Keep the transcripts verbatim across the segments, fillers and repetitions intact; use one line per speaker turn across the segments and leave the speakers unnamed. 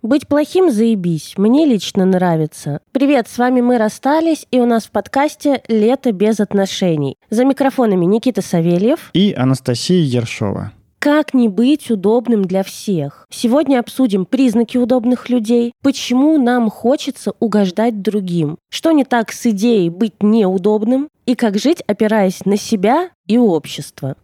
Быть плохим заебись, мне лично нравится. Привет, с вами мы расстались, и у нас в подкасте «Лето без отношений». За микрофонами Никита Савельев
и Анастасия Ершова.
Как не быть удобным для всех? Сегодня обсудим признаки удобных людей, почему нам хочется угождать другим, что не так с идеей быть неудобным и как жить, опираясь на себя и общество.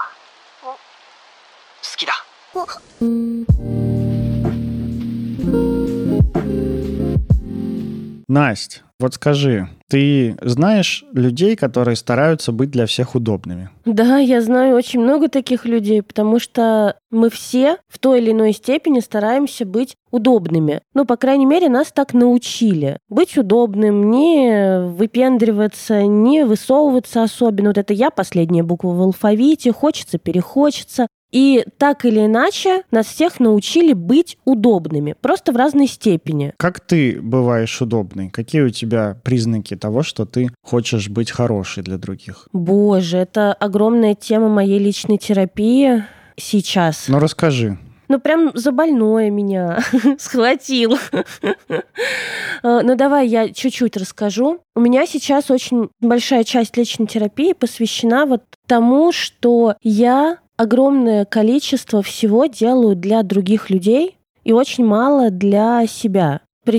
Настя, вот скажи, ты знаешь людей, которые стараются быть для всех удобными?
Да, я знаю очень много таких людей, потому что мы все в той или иной степени стараемся быть удобными. Ну, по крайней мере, нас так научили. Быть удобным, не выпендриваться, не высовываться особенно. Вот это я, последняя буква в алфавите, хочется, перехочется. И так или иначе нас всех научили быть удобными, просто в разной степени.
Как ты бываешь удобной? Какие у тебя признаки того, что ты хочешь быть хорошей для других?
Боже, это огромная тема моей личной терапии сейчас.
Ну, расскажи.
Ну, прям за больное меня схватил. Ну, давай я чуть-чуть расскажу. У меня сейчас очень большая часть личной терапии посвящена вот тому, что я огромное количество всего делаю для других людей и очень мало для себя.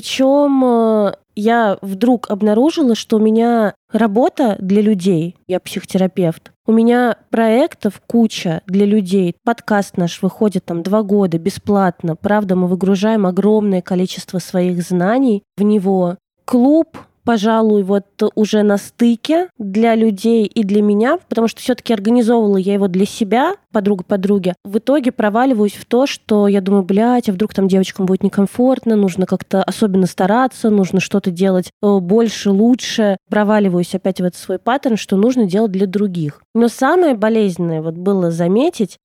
Причем я вдруг обнаружила, что у меня работа для людей, я психотерапевт, у меня проектов куча для людей. Подкаст наш выходит там два года бесплатно. Правда, мы выгружаем огромное количество своих знаний в него. Клуб, пожалуй, вот уже на стыке для людей и для меня, потому что все-таки организовывала я его для себя, подруга подруги. В итоге проваливаюсь в то, что я думаю, блядь, а вдруг там девочкам будет некомфортно, нужно как-то особенно стараться, нужно что-то делать больше, лучше. Проваливаюсь опять в этот свой паттерн, что нужно делать для других. Но самое болезненное вот было заметить,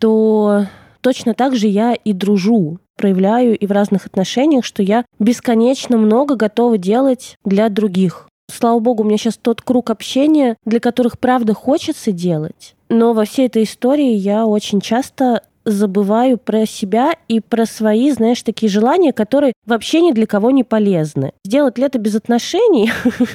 что точно так же я и дружу, проявляю и в разных отношениях, что я бесконечно много готова делать для других. Слава богу, у меня сейчас тот круг общения, для которых правда хочется делать. Но во всей этой истории я очень часто забываю про себя и про свои, знаешь, такие желания, которые вообще ни для кого не полезны. Сделать лето без отношений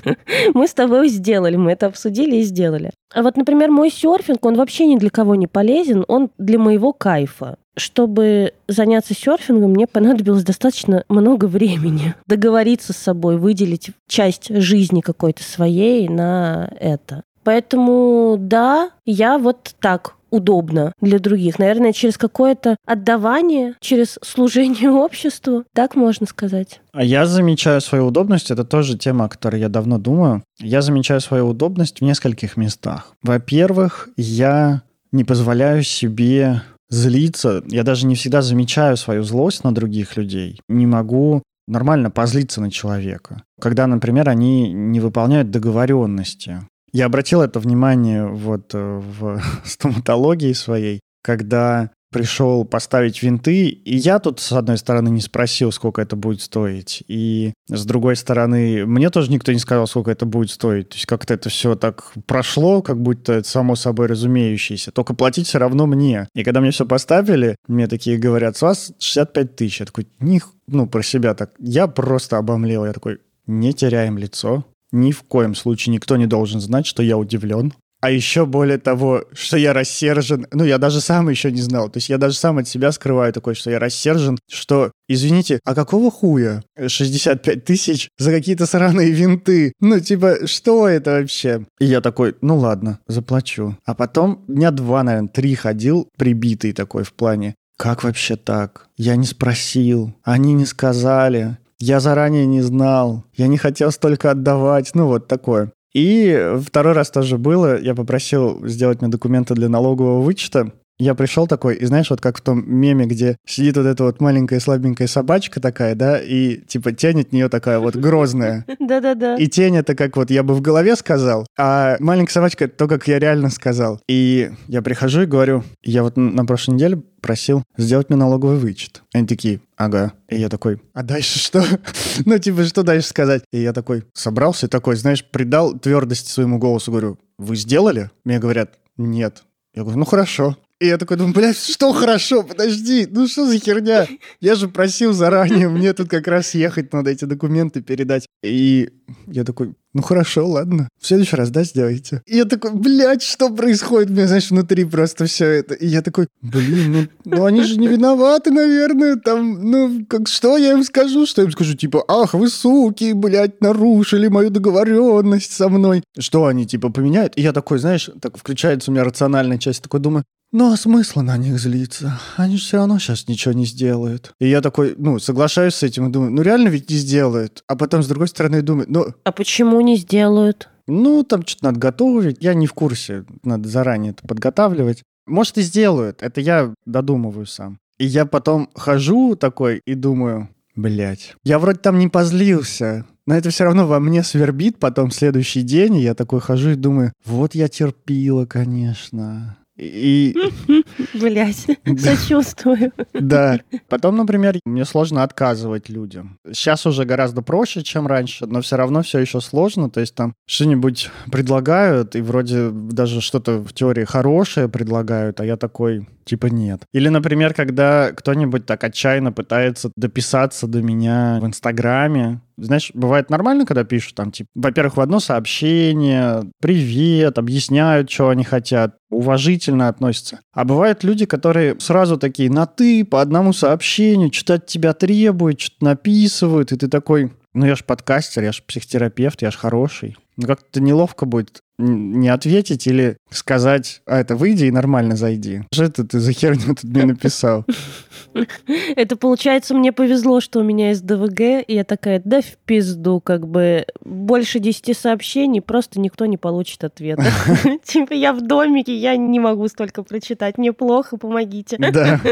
мы с тобой сделали, мы это обсудили и сделали. А вот, например, мой серфинг, он вообще ни для кого не полезен, он для моего кайфа. Чтобы заняться серфингом, мне понадобилось достаточно много времени. Договориться с собой, выделить часть жизни какой-то своей на это. Поэтому, да, я вот так удобно для других. Наверное, через какое-то отдавание, через служение обществу, так можно сказать.
А я замечаю свою удобность, это тоже тема, о которой я давно думаю. Я замечаю свою удобность в нескольких местах. Во-первых, я не позволяю себе злиться. Я даже не всегда замечаю свою злость на других людей. Не могу нормально позлиться на человека. Когда, например, они не выполняют договоренности. Я обратил это внимание вот в стоматологии своей, когда пришел поставить винты, и я тут, с одной стороны, не спросил, сколько это будет стоить, и с другой стороны, мне тоже никто не сказал, сколько это будет стоить. То есть как-то это все так прошло, как будто это само собой разумеющееся. Только платить все равно мне. И когда мне все поставили, мне такие говорят, с вас шестьдесят пять тысяч. Я такой, них, ну, про себя так. Я просто обомлел. Я такой, не теряем лицо. Ни в коем случае никто не должен знать, что я удивлен. А еще более того, что я рассержен. Ну, я даже сам еще не знал. То есть я даже сам от себя скрываю такое, что я рассержен, что, извините, а какого хуя шестьдесят пять тысяч за какие-то сраные винты? Ну, типа, что это вообще? И я такой, ну ладно, заплачу. А потом дня два, наверное, три ходил, прибитый такой в плане. Как вообще так? Я не спросил, они не сказали. Я заранее не знал, я не хотел столько отдавать, ну вот такое. И второй раз тоже было, я попросил сделать мне документы для налогового вычета. Я пришел такой, и знаешь, вот как в том меме, где сидит вот эта вот маленькая слабенькая собачка такая, да, и типа тень от нее такая вот грозная.
Да-да-да.
И тень это как вот я бы в голове сказал, а маленькая собачка это то, как я реально сказал. И я прихожу и говорю, я вот на прошлой неделе просил сделать мне налоговый вычет. Они такие, ага. И я такой, а дальше что? Ну, типа, что дальше сказать? И я такой собрался и такой, знаешь, придал твердости своему голосу, говорю, вы сделали? Мне говорят, нет. Я говорю, ну хорошо. И я такой думаю, блядь, что хорошо, подожди, ну что за херня? Я же просил заранее, мне тут как раз ехать, надо эти документы передать. И я такой, ну хорошо, ладно, в следующий раз, да, сделайте. И я такой, блядь, что происходит? У меня, знаешь, внутри просто все это. И я такой, блин, ну, ну они же не виноваты, наверное, там, ну, как, что я им скажу? Что я им скажу? Типа, ах, вы суки, блядь, нарушили мою договоренность со мной. Что они, типа, поменяют? И я такой, знаешь, так включается у меня рациональная часть, такой думаю, ну, а смысла на них злиться? Они же все равно сейчас ничего не сделают. И я такой, ну, соглашаюсь с этим и думаю, ну, реально ведь не сделают. А потом, с другой стороны, думаю, ну...
А почему не сделают?
Ну, там что-то надо готовить. Я не в курсе. Надо заранее это подготавливать. Может, и сделают. Это я додумываю сам. И я потом хожу такой и думаю, блядь, я вроде там не позлился, но это все равно во мне свербит потом следующий день. И я такой хожу и думаю, вот я терпила, конечно... И...
Блять, сочувствую.
Да. Потом, например, мне сложно отказывать людям. Сейчас уже гораздо проще, чем раньше, но все равно все еще сложно. То есть там что-нибудь предлагают, и вроде даже что-то в теории хорошее предлагают, а я такой, типа, нет. Или, например, когда кто-нибудь так отчаянно пытается дописаться до меня в Инстаграме. Знаешь, бывает нормально, когда пишут там, типа, во-первых, в одно сообщение, привет, объясняют, что они хотят, уважительно относятся. А бывают люди, которые сразу такие на «ты», по одному сообщению, что-то от тебя требуют, что-то написывают, и ты такой, ну я ж подкастер, я ж психотерапевт, я ж хороший. Ну как-то неловко будет не ответить или сказать, а это выйди и нормально зайди. Что это ты за херню тут мне написал?
Это, получается, мне повезло, что у меня есть ДВГ, и я такая, да в пизду, как бы больше десяти сообщений, просто никто не получит ответа. Типа я в домике, я не могу столько прочитать, мне плохо, помогите.
Да.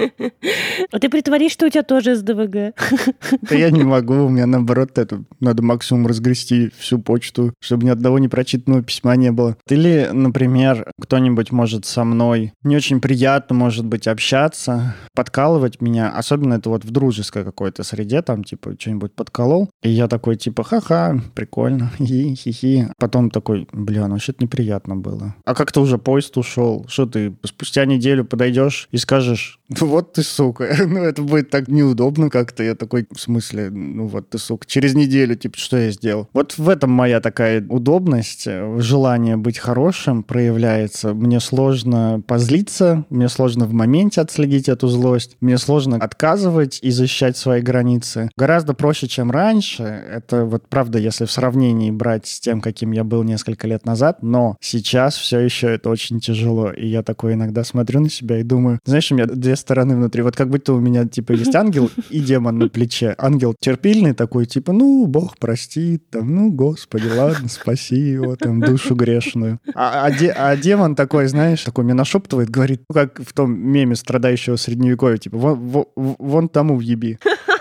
А ты притворишь, что у тебя тоже есть ДВГ?
Да я не могу, у меня наоборот это, надо максимум разгрести всю почту, чтобы ни одного непрочитанного письма не было. Или, например, кто-нибудь может со мной не очень приятно, может быть, общаться, подкалывать меня, особенно это вот в дружеской какой-то среде, там, типа, что-нибудь подколол, и я такой, типа, ха-ха, прикольно, хи-хи-хи. Потом такой, бля, ну вообще-то неприятно было. А как-то уже поезд ушел, что ты спустя неделю подойдешь и скажешь, ну вот ты, сука, ну это будет так неудобно как-то, я такой, в смысле, ну вот ты, сука, через неделю, типа, что я сделал? Вот в этом моя такая удобность, желание быть хорошим проявляется. Мне сложно позлиться, мне сложно в моменте отследить эту злость, мне сложно отказывать и защищать свои границы. Гораздо проще, чем раньше. Это вот правда, если в сравнении брать с тем, каким я был несколько лет назад, но сейчас все еще это очень тяжело. И я такой иногда смотрю на себя и думаю, знаешь, у меня две стороны внутри. Вот как будто у меня типа есть ангел и демон на плече. Ангел терпильный такой, типа, ну, Бог простит, там, ну, Господи, ладно, спаси его, там, душу грешную. А, а, де, а демон такой, знаешь, такой мне нашептывает, говорит, ну, как в том меме страдающего средневековья, типа, вон, вон, вон тому въеби.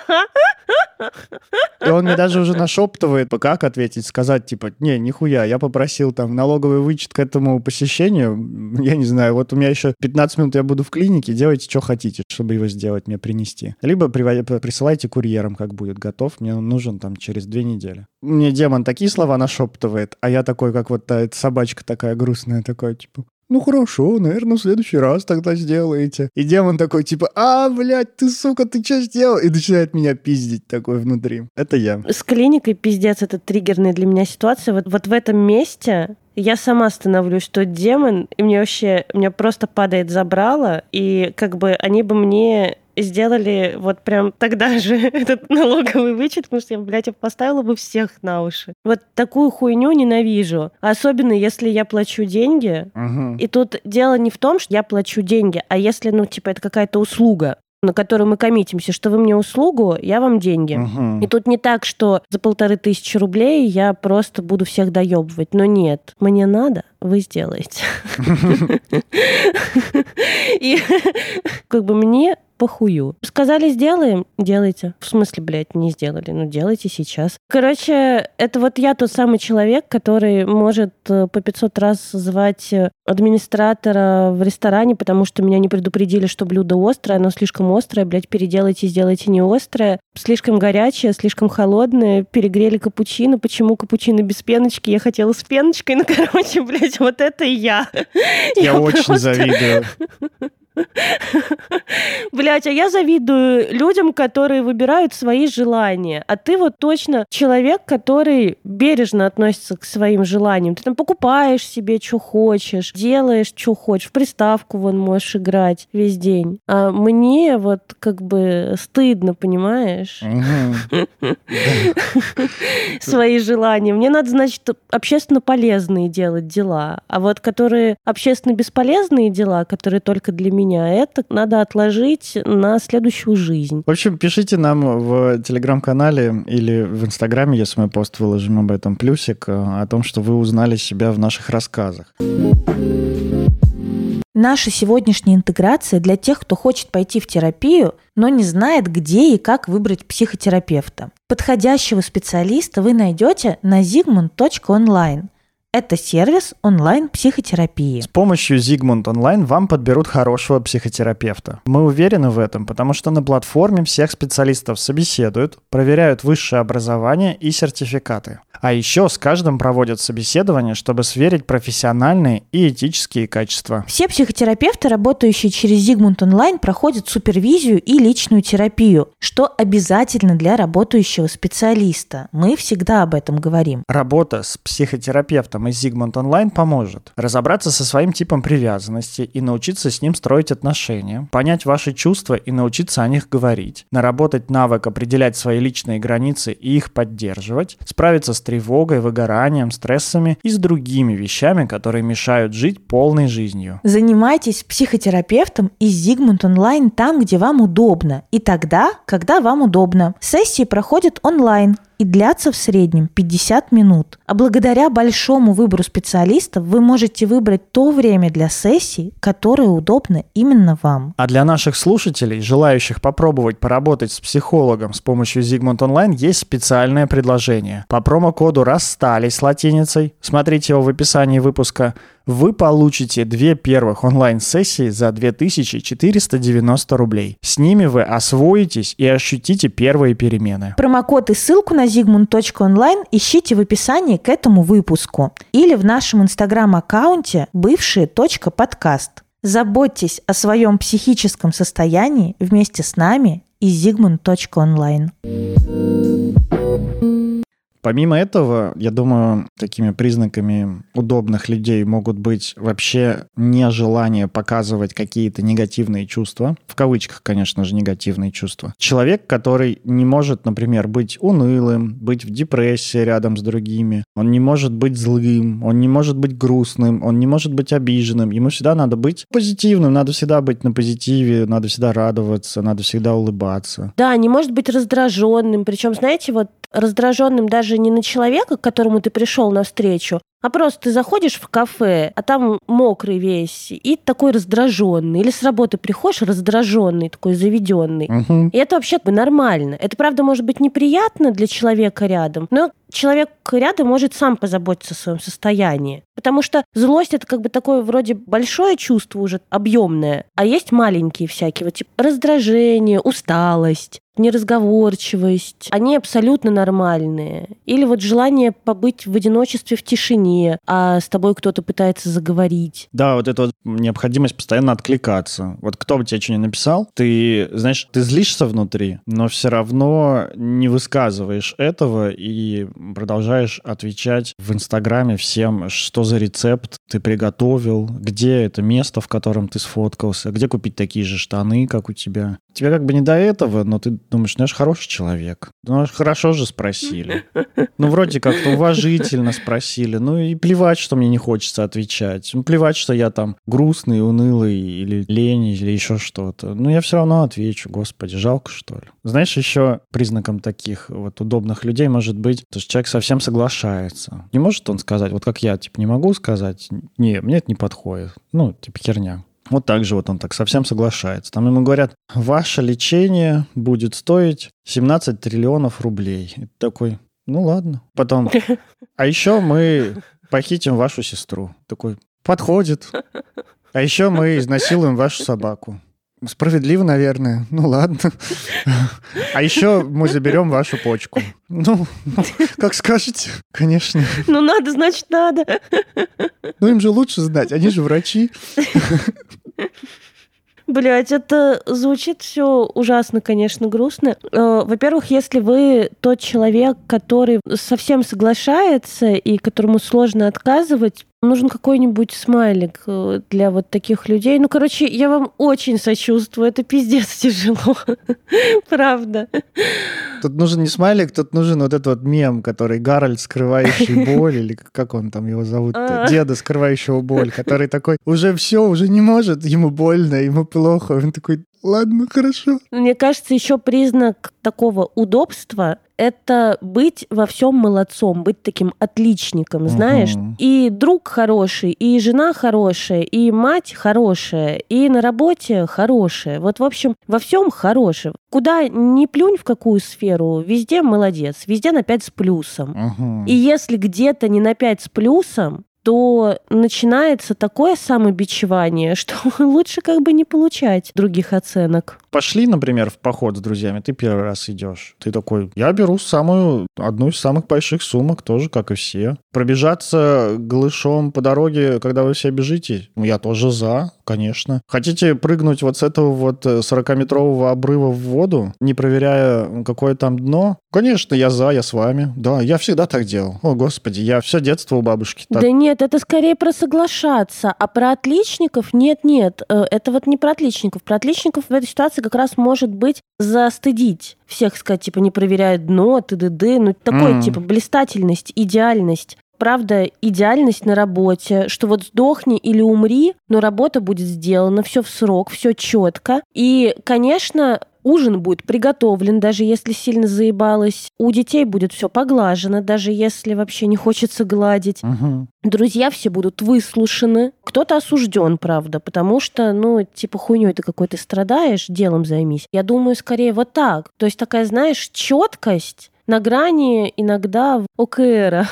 И он мне даже уже нашептывает, как ответить, сказать, типа, не, нихуя, я попросил там налоговый вычет к этому посещению, я не знаю, вот у меня еще пятнадцать минут я буду в клинике, делайте, что хотите, чтобы его сделать, мне принести. Либо присылайте курьером, как будет готов, мне он нужен там через две недели. Мне демон такие слова нашептывает, а я такой, как вот та эта собачка такая грустная, такая, типа, ну хорошо, наверное, в следующий раз тогда сделаете. И демон такой, типа, а, блядь, ты, сука, ты что сделал? И начинает меня пиздить такой внутри. Это я.
С клиникой пиздец, это триггерная для меня ситуация. Вот, вот в этом месте я сама становлюсь тот демон, и мне вообще, мне просто падает забрало, и как бы они бы мне сделали вот прям тогда же этот налоговый вычет, потому что я, блядь, я поставила бы всех на уши. Вот такую хуйню ненавижу. Особенно, если я плачу деньги.
Угу.
И тут дело не в том, что я плачу деньги, а если, ну, типа, это какая-то услуга, на которую мы коммитимся, что вы мне услугу, я вам деньги.
Угу.
И тут не так, что за полторы тысячи рублей я просто буду всех доебывать. Но нет, мне надо, вы сделаете. И как бы мне похую. Сказали, сделаем, делайте. В смысле, блядь, не сделали? Ну, делайте сейчас. Короче, это вот я тот самый человек, который может по пятьсот раз звать администратора в ресторане, потому что меня не предупредили, что блюдо острое, оно слишком острое, блядь, переделайте, сделайте не острое. Слишком горячее, слишком холодное, перегрели капучино. Почему капучино без пеночки? Я хотела с пеночкой, ну, короче, блядь, вот это и я.
Я, я очень просто... завидую.
Блять, а я завидую людям, которые выбирают свои желания. А ты вот точно человек, который бережно относится к своим желаниям. Ты там покупаешь себе, что хочешь, делаешь, что хочешь. В приставку вон можешь играть весь день. А мне вот как бы стыдно, понимаешь? Свои желания. Мне надо, значит, общественно полезные делать дела. А вот которые общественно бесполезные дела, которые только для меня, а это надо отложить на следующую жизнь.
В общем, пишите нам в Телеграм-канале или в Инстаграме, если мы пост выложим об этом, плюсик, о том, что вы узнали себя в наших рассказах.
Наша сегодняшняя интеграция для тех, кто хочет пойти в терапию, но не знает, где и как выбрать психотерапевта. Подходящего специалиста вы найдете на зигмунд точка онлайн. Это сервис онлайн-психотерапии.
С помощью Zigmund Online вам подберут хорошего психотерапевта. Мы уверены в этом, потому что на платформе всех специалистов собеседуют, проверяют высшее образование и сертификаты. А еще с каждым проводят собеседование, чтобы сверить профессиональные и этические качества.
Все психотерапевты, работающие через Zigmund Online, проходят супервизию и личную терапию, что обязательно для работающего специалиста. Мы всегда об этом говорим.
Работа с психотерапевтом из Zigmund Online поможет разобраться со своим типом привязанности и научиться с ним строить отношения, понять ваши чувства и научиться о них говорить, наработать навык определять свои личные границы и их поддерживать, справиться с тревогой, выгоранием, стрессами и с другими вещами, которые мешают жить полной жизнью.
Занимайтесь психотерапевтом из Zigmund Online там, где вам удобно, и тогда, когда вам удобно. Сессии проходят онлайн и длятся в среднем пятьдесят минут. А благодаря большому выбору специалистов вы можете выбрать то время для сессий, которое удобно именно вам.
А для наших слушателей, желающих попробовать поработать с психологом с помощью Zigmund Online, есть специальное предложение. По промокоду «Расстались» латиницей, смотрите его в описании выпуска, вы получите две первых онлайн-сессии за две тысячи четыреста девяносто рублей. С ними вы освоитесь и ощутите первые перемены.
Промокод и ссылку на зигмунд точка онлайн ищите в описании к этому выпуску или в нашем инстаграм-аккаунте бывшие.подкаст. Заботьтесь о своем психическом состоянии вместе с нами и зигмунд точка онлайн.
Помимо этого, я думаю, такими признаками удобных людей могут быть вообще нежелание показывать какие-то негативные чувства. В кавычках, конечно же, негативные чувства. Человек, который не может, например, быть унылым, быть в депрессии рядом с другими. Он не может быть злым, он не может быть грустным, он не может быть обиженным. Ему всегда надо быть позитивным, надо всегда быть на позитиве, надо всегда радоваться, надо всегда улыбаться.
Да, не может быть раздраженным. Причем, знаете, вот раздраженным даже не на человека, к которому ты пришел навстречу, а просто ты заходишь в кафе, а там мокрый весь, и такой раздраженный. Или с работы приходишь раздраженный, такой заведенный.
Угу.
И это вообще нормально. Это, правда, может быть неприятно для человека рядом, но человек рядом может сам позаботиться о своем состоянии. Потому что злость — это как бы такое вроде большое чувство уже, объемное, а есть маленькие всякие, вот типа раздражение, усталость, неразговорчивость. Они абсолютно нормальные. Или вот желание побыть в одиночестве в тишине, а с тобой кто-то пытается заговорить.
Да, вот эта вот необходимость постоянно откликаться. Вот кто бы тебе что ни написал, ты, знаешь, ты злишься внутри, но все равно не высказываешь этого и продолжаешь отвечать в Инстаграме всем, что за рецепт ты приготовил, где это место, в котором ты сфоткался, где купить такие же штаны, как у тебя. Тебе как бы не до этого, но ты думаешь, ну я же хороший человек. Ну хорошо же спросили. Ну вроде как-то уважительно спросили. Ну и плевать, что мне не хочется отвечать. Ну плевать, что я там грустный, унылый или лень, или еще что-то. Ну я все равно отвечу. Господи, жалко что ли? Знаешь, еще признаком таких вот удобных людей может быть, то, что человек совсем соглашается. Не может он сказать, вот как я, типа, не могу сказать, не, мне это не подходит. Ну, типа, херня. Вот так же вот он так совсем соглашается. Там ему говорят, ваше лечение будет стоить семнадцать триллионов рублей. И ты такой, ну ладно. Потом, а еще мы похитим вашу сестру. Такой, подходит. А еще мы изнасилуем вашу собаку. Справедливо, наверное. Ну ладно. А еще мы заберем вашу почку. Ну, как скажете, конечно.
Ну надо, значит, надо.
Ну им же лучше знать, они же врачи.
Блять, это звучит все ужасно, конечно, грустно. Э, Во-первых, если вы тот человек, который совсем соглашается и которому сложно отказывать, нужен какой-нибудь смайлик э, для вот таких людей. Ну, короче, я вам очень сочувствую. Это пиздец тяжело. Правда.
Тут нужен не смайлик, тут нужен вот этот вот мем, который Гарольд, скрывающий боль, или как он там его зовут, деда, скрывающего боль, который такой, уже все, уже не может, ему больно, ему плохо. Он такой, ладно, хорошо.
Мне кажется, еще признак такого удобства — это быть во всем молодцом, быть таким отличником, знаешь.
Мгм.
И друг хороший, и жена хорошая, и мать хорошая, и на работе хорошая. Вот, в общем, во всем хорошее. Куда ни плюнь, в какую сферу, везде молодец, везде на пять с плюсом.
Мгм.
И если где-то не на пять с плюсом, то начинается такое самобичевание, что лучше как бы не получать других оценок.
Пошли, например, в поход с друзьями, ты первый раз идешь. Ты такой, я беру самую, одну из самых больших сумок, тоже, как и все. Пробежаться голышом по дороге, когда вы все бежите, ну, я тоже за, конечно. Хотите прыгнуть вот с этого вот сорокаметрового обрыва в воду, не проверяя, какое там дно? Конечно, я за, я с вами. Да, я всегда так делал. О, господи, я все детство у бабушки так.
Да нет, это скорее про соглашаться, а про отличников нет-нет. Э, Это вот не про отличников. Про отличников в этой ситуации как раз может быть застыдить всех, сказать, типа, не проверяя дно, т.д.д. Ну, такой,
Мгм.
типа, блистательность, идеальность. Правда, идеальность на работе, что вот сдохни или умри, но работа будет сделана, все в срок, все четко. И, конечно, ужин будет приготовлен, даже если сильно заебалась. У детей будет все поглажено, даже если вообще не хочется гладить.
Мгм.
Друзья все будут выслушаны. Кто-то осужден, правда, потому что, ну, типа, хуйней ты какой-то страдаешь, делом займись. Я думаю, скорее вот так. То есть такая, знаешь, четкость на грани иногда ОКРа.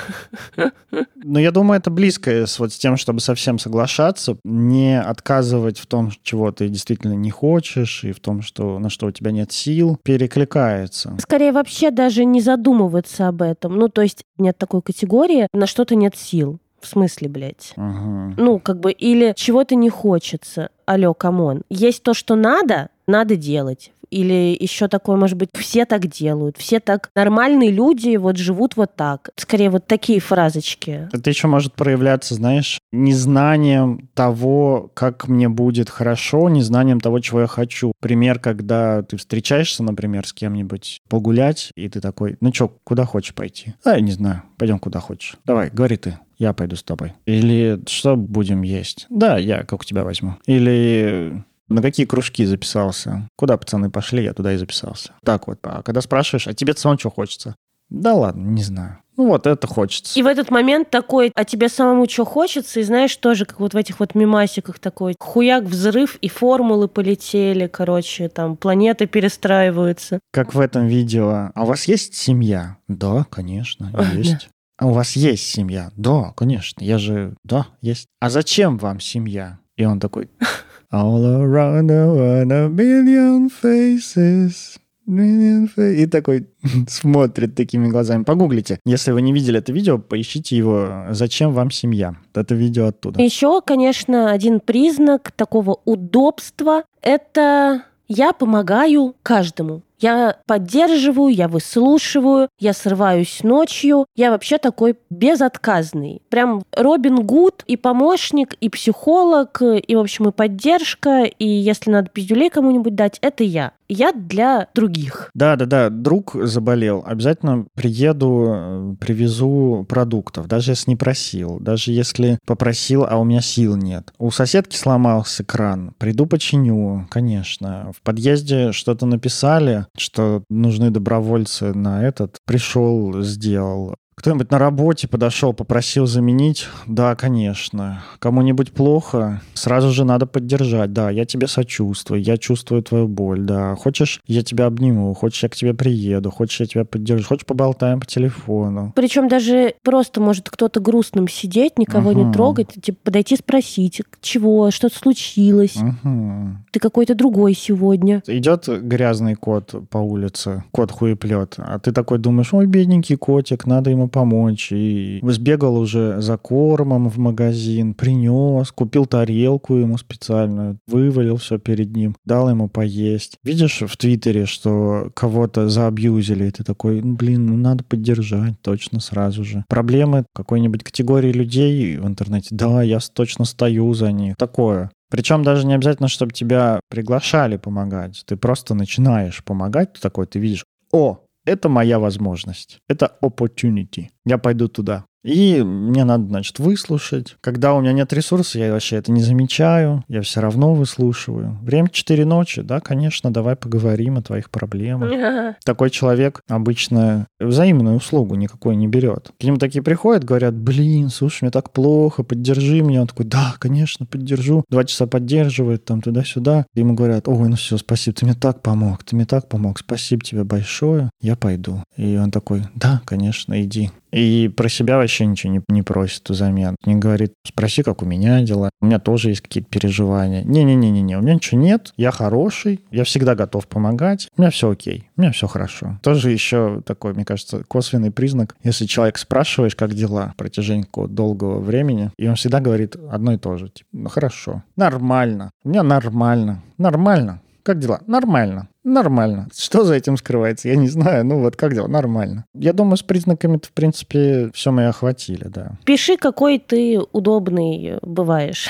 Но я думаю, это близко с, вот, с тем, чтобы совсем соглашаться, не отказывать в том, чего ты действительно не хочешь, и в том, что, на что у тебя нет сил, перекликается.
Скорее вообще даже не задумываться об этом. Ну, то есть нет такой категории, на что-то нет сил. В смысле, блядь?
Ага.
Ну, как бы, или чего-то не хочется. Алло, камон. Есть то, что надо, надо делать. Или еще такое, может быть, все так делают. Все так, нормальные люди вот живут вот так. Скорее, вот такие фразочки.
Это еще может проявляться, знаешь, незнанием того, как мне будет хорошо, незнанием того, чего я хочу. Пример, когда ты встречаешься, например, с кем-нибудь погулять, и ты такой, ну что, куда хочешь пойти? А, я не знаю, пойдем куда хочешь. Давай, говори ты. Я пойду с тобой. Или что будем есть? Да, я как у тебя возьму. Или на какие кружки записался? Куда пацаны пошли, я туда и записался. Так вот. А когда спрашиваешь, а тебе самому что хочется? Да ладно, не знаю. Ну вот это хочется.
И в этот момент такой, а тебе самому что хочется, и знаешь, тоже, как вот в этих вот мемасиках такой, хуяк, взрыв, и формулы полетели, короче, там, планеты перестраиваются.
Как в этом видео. А у вас есть семья? Да, конечно,
А,
есть. А у вас есть семья? Да, конечно, я же... Да, есть. А зачем вам семья? И он такой... All around the world a million faces. million fa-» И такой смотрит такими глазами. Погуглите. Если вы не видели это видео, поищите его «Зачем вам семья?». Это видео оттуда.
Еще, конечно, один признак такого удобства – это я помогаю каждому. Я поддерживаю, я выслушиваю, я срываюсь ночью. Я вообще такой безотказный. Прям Робин Гуд и помощник, и психолог, и, в общем, и поддержка, и если надо пиздюлей кому-нибудь дать, это я. Я для других.
Да-да-да, друг заболел. Обязательно приеду, привезу продуктов, даже если не просил, даже если попросил, а у меня сил нет. У соседки сломался кран, приду починю, конечно. В подъезде что-то написали, что нужны добровольцы на этот. Пришел, сделал. Кто-нибудь на работе подошел, попросил заменить? Да, конечно. Кому-нибудь плохо? Сразу же надо поддержать. Да, я тебе сочувствую, я чувствую твою боль. Да, хочешь, я тебя обниму, хочешь, я к тебе приеду, хочешь, я тебя поддержу, хочешь, поболтаем по телефону.
Причем даже просто может кто-то грустным сидеть, никого
Угу.
не трогать, типа подойти спросить, чего, что-то случилось,
Угу.
ты какой-то другой сегодня.
Идет грязный кот по улице, кот хуеплет, а ты такой думаешь, ой, бедненький котик, надо ему помочь. И сбегал уже за кормом в магазин, принес, купил тарелку ему специальную, вывалил все перед ним, дал ему поесть. Видишь в Твиттере, что кого-то заабьюзили, и ты такой, ну, блин, ну надо поддержать точно сразу же. Проблемы какой-нибудь категории людей в интернете, да, я точно стою за них. Такое. Причем даже не обязательно, чтобы тебя приглашали помогать. Ты просто начинаешь помогать, ты такой, ты видишь, о, это моя возможность, это opportunity, я пойду туда. И мне надо, значит, выслушать. Когда у меня нет ресурса, я вообще это не замечаю, я все равно выслушиваю. Время четыре ночи, да, конечно, давай поговорим о твоих проблемах. Такой человек обычно взаимную услугу никакой не берет. К нему такие приходят, говорят, блин, слушай, мне так плохо, поддержи меня. Он такой, да, конечно, поддержу. Два часа поддерживает, там, туда-сюда. И ему говорят, ой, ну все, спасибо, ты мне так помог, ты мне так помог, спасибо тебе большое, я пойду. И он такой, да, конечно, иди. И про себя вообще ничего не, не просит взамен. Не говорит, спроси, как у меня дела. У меня тоже есть какие-то переживания. Не-не-не-не, у меня ничего нет. Я хороший, я всегда готов помогать. У меня все окей, у меня все хорошо. Тоже еще такой, мне кажется, косвенный признак. Если человек спрашиваешь, как дела в протяжении какого-то долгого времени, и он всегда говорит одно и то же. Типа, ну хорошо, нормально, у меня нормально, нормально. Как дела? Нормально. Нормально. Что за этим скрывается? Я не знаю. Ну вот как дела? Нормально. Я думаю, с признаками-то, в принципе, все мы охватили, да.
Пиши, какой ты удобный бываешь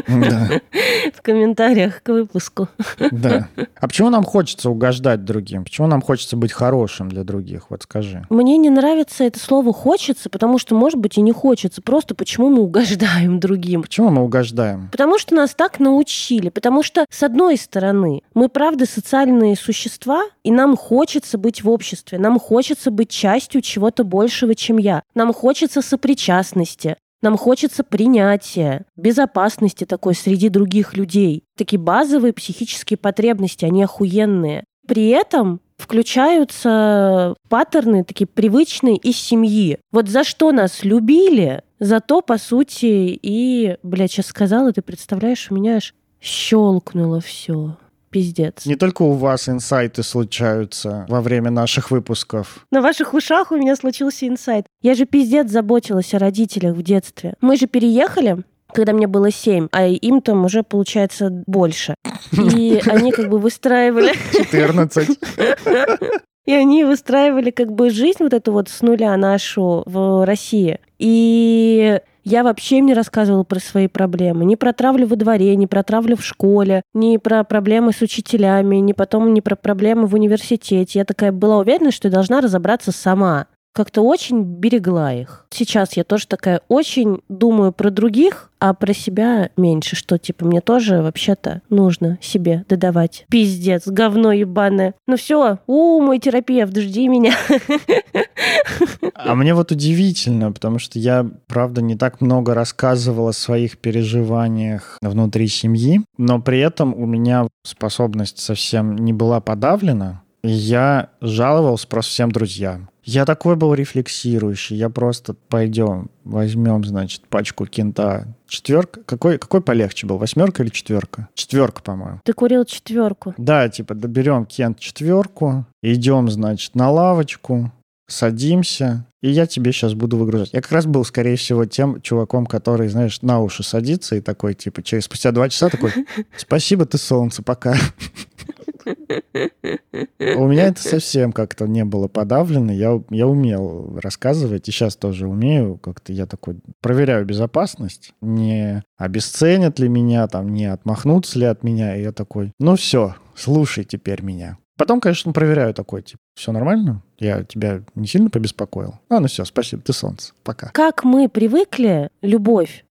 в комментариях к выпуску.
Да. А почему нам хочется угождать другим? Почему нам хочется быть хорошим для других? Вот скажи.
Мне не нравится это слово «хочется», потому что, может быть, и не хочется. Просто почему мы угождаем другим?
Почему мы угождаем?
Потому что нас так научили. Потому что, с одной стороны, мы, правда, социальные существа, и нам хочется быть в обществе, нам хочется быть частью чего-то большего, чем я. Нам хочется сопричастности, нам хочется принятия, безопасности такой среди других людей. Такие базовые психические потребности, они охуенные. При этом включаются паттерны такие привычные из семьи. Вот за что нас любили, за то, по сути, и, блядь, сейчас сказала, ты представляешь, у меня аж щелкнуло все. Пиздец.
Не только у вас инсайты случаются во время наших выпусков.
На ваших ушах у меня случился инсайт. Я же пиздец заботилась о родителях в детстве. Мы же переехали, когда мне было семь, а им там уже, получается, больше. И они как бы выстраивали...
четырнадцать.
И они выстраивали как бы жизнь вот эту вот с нуля нашу в России. И я вообще им не рассказывала про свои проблемы. Ни про травлю во дворе, ни про травлю в школе, ни про проблемы с учителями, ни потом ни про проблемы в университете. Я такая была уверена, что я должна разобраться сама. Как-то очень берегла их. Сейчас я тоже такая очень думаю про других, а про себя меньше, что типа мне тоже вообще-то нужно себе додавать. Пиздец, говно ебаное. Ну все, у, мой терапевт, жди меня.
А мне вот удивительно, потому что я, правда, не так много рассказывал о своих переживаниях внутри семьи, но при этом у меня способность совсем не была подавлена. И я жаловался просто всем друзьям. Я такой был рефлексирующий. Я просто пойдем, возьмем, значит, пачку кента. Четверка? Какой, какой полегче был? Восьмерка или четверка? Четверка, по-моему.
Ты курил четверку.
Да, типа, доберем кент четверку, идем, значит, на лавочку, садимся, и я тебе сейчас буду выгружать. Я как раз был, скорее всего, тем чуваком, который, знаешь, на уши садится и такой, типа, через спустя два часа такой, спасибо, ты солнце, пока. У меня это совсем как-то не было подавлено. Я, я умел рассказывать, и сейчас тоже умею. Как-то я такой проверяю безопасность. Не обесценят ли меня, там, не отмахнутся ли от меня. И я такой, ну все, слушай теперь меня. Потом, конечно, проверяю такой, типа, все нормально? Я тебя не сильно побеспокоил? А, ну все, спасибо, ты солнце, пока.
Как мы привыкли любовь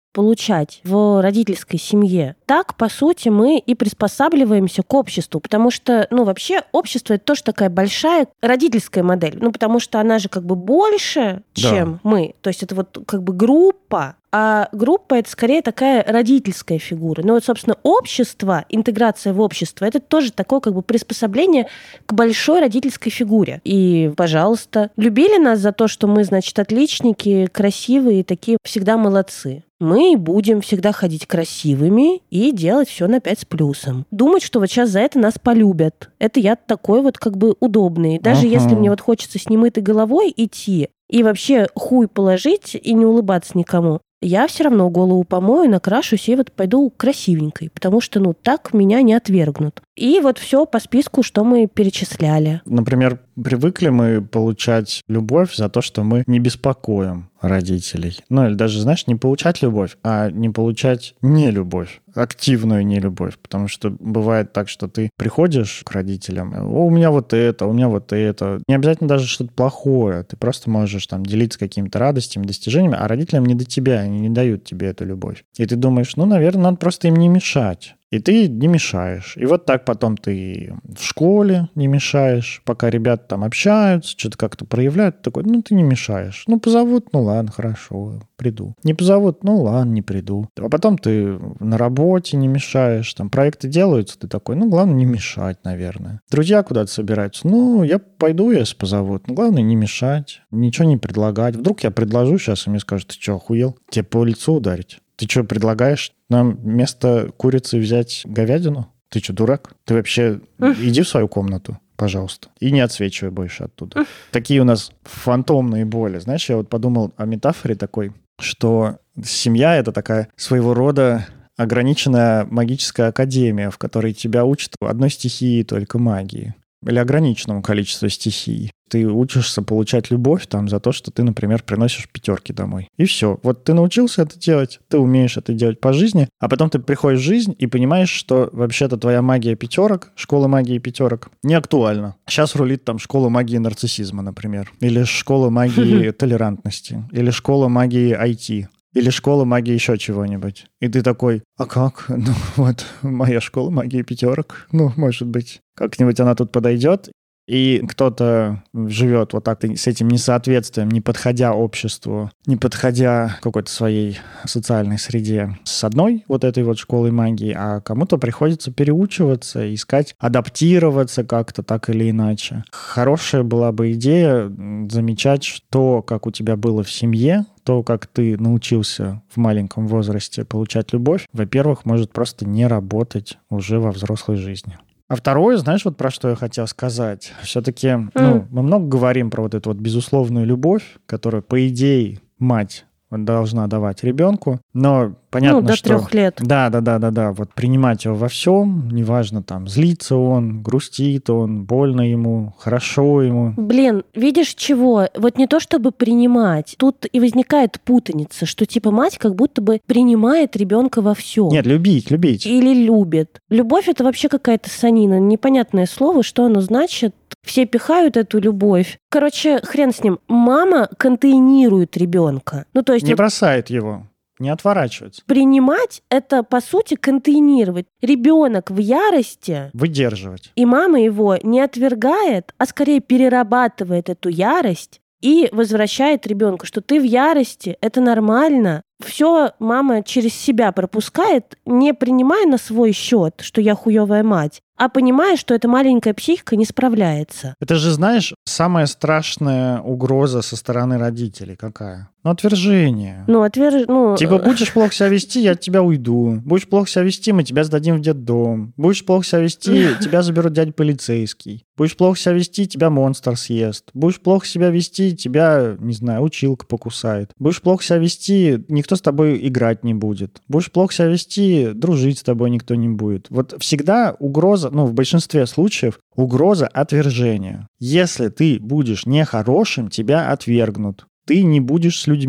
получать в родительской семье, так, по сути, мы и приспосабливаемся к обществу, потому что, ну, вообще, общество — это тоже такая большая родительская модель, ну, потому что она же как бы больше, чем да. мы, то есть это вот как бы группа, а группа — это скорее такая родительская фигура. Ну вот, собственно, общество, интеграция в общество — это тоже такое как бы приспособление к большой родительской фигуре. И, пожалуйста, любили нас за то, что мы, значит, отличники, красивые, такие всегда молодцы. Мы будем всегда ходить красивыми и делать все на пять с плюсом. Думать, что вот сейчас за это нас полюбят. Это я такой вот как бы удобный. Даже uh-huh. если мне вот хочется с немытой головой идти и вообще хуй положить и не улыбаться никому, я все равно голову помою, накрашусь и вот пойду красивенькой, потому что, ну, так меня не отвергнут. И вот все по списку, что мы перечисляли.
Например, привыкли мы получать любовь за то, что мы не беспокоим родителей. Ну, или даже, знаешь, не получать любовь, а не получать нелюбовь, активную нелюбовь. Потому что бывает так, что ты приходишь к родителям, о, у меня вот это, у меня вот это. Не обязательно даже что-то плохое. Ты просто можешь там делиться какими-то радостями, достижениями, а родителям не до тебя, они не дают тебе эту любовь. И ты думаешь, ну, наверное, надо просто им не мешать. И ты не мешаешь. И вот так потом ты в школе не мешаешь, пока ребята там общаются, что-то как-то проявляют. Ты такой, ну, ты не мешаешь. Ну, позовут, ну, ладно, хорошо, приду. Не позовут, ну, ладно, не приду. А потом ты на работе не мешаешь, там проекты делаются, ты такой, ну, главное, не мешать, наверное. Друзья куда-то собираются, ну, я пойду, если позовут. Ну, главное, не мешать, ничего не предлагать. Вдруг я предложу сейчас, и мне скажут, ты что, охуел? Тебе по лицу ударить? Ты что, предлагаешь нам вместо курицы взять говядину? Ты что, дурак? Ты вообще иди в свою комнату, пожалуйста, и не отсвечивай больше оттуда. Такие у нас фантомные боли. Знаешь, я вот подумал о метафоре такой, что семья — это такая своего рода ограниченная магическая академия, в которой тебя учат одной стихии только магии. Или ограниченному количеству стихий. Ты учишься получать любовь там за то, что ты, например, приносишь пятерки домой. И все. Вот ты научился это делать, ты умеешь это делать по жизни, а потом ты приходишь в жизнь и понимаешь, что вообще-то твоя магия пятерок, школа магии пятерок, не актуальна. Сейчас рулит там школа магии нарциссизма, например. Или школа магии толерантности. Или школа магии ай ти. Или школа магии еще чего-нибудь. И ты такой, а как? Ну вот, моя школа магии пятерок. Ну, может быть, как-нибудь она тут подойдет. И кто-то живет вот так с этим несоответствием, не подходя обществу, не подходя какой-то своей социальной среде с одной вот этой вот школой магии, а кому-то приходится переучиваться, искать, адаптироваться как-то так или иначе. Хорошая была бы идея замечать, что, как у тебя было в семье, то, как ты научился в маленьком возрасте получать любовь, во-первых, может просто не работать уже во взрослой жизни. А второе, знаешь, вот про что я хотел сказать. Все-таки, mm. ну, мы много говорим про вот эту вот безусловную любовь, которую, по идее, мать должна давать ребенку, но понятно,
ну, до
что...
трех лет.
Да, да, да, да, да. Вот принимать его во всем, неважно, там, злится он, грустит он, больно ему, хорошо ему.
Блин, видишь чего? Вот не то чтобы принимать. Тут и возникает путаница, что типа мать как будто бы принимает ребенка во всем.
Нет, любить, любить.
Или любит. Любовь — это вообще какая-то санина, непонятное слово, что оно значит. Все пихают эту любовь. Короче, хрен с ним. Мама контейнирует ребенка. Ну, то есть
не
вот
бросает его. Не отворачивается.
Принимать — это, по сути, контейнировать. Ребенок в ярости.
Выдерживать.
И мама его не отвергает, а скорее перерабатывает эту ярость и возвращает ребенку, что ты в ярости, это нормально. Все мама через себя пропускает, не принимая на свой счет, что я хуевая мать, а понимая, что эта маленькая психика не справляется.
Это же, знаешь, самая страшная угроза со стороны родителей какая? Ну, отвержение.
Ну, отверж... ну...
Типа, будешь плохо себя вести, я от тебя уйду. Будешь плохо себя вести, мы тебя сдадим в детдом. Будешь плохо себя вести, тебя заберут дядя полицейский. Будешь плохо себя вести, тебя монстр съест. Будешь плохо себя вести, тебя, не знаю, училка покусает. Будешь плохо себя вести, никто с тобой играть не будет. Будешь плохо себя вести, дружить с тобой никто не будет. Вот всегда угроза, ну, в большинстве случаев, угроза отвержения. Если ты будешь нехорошим, тебя отвергнут. Ты не будешь с людьми.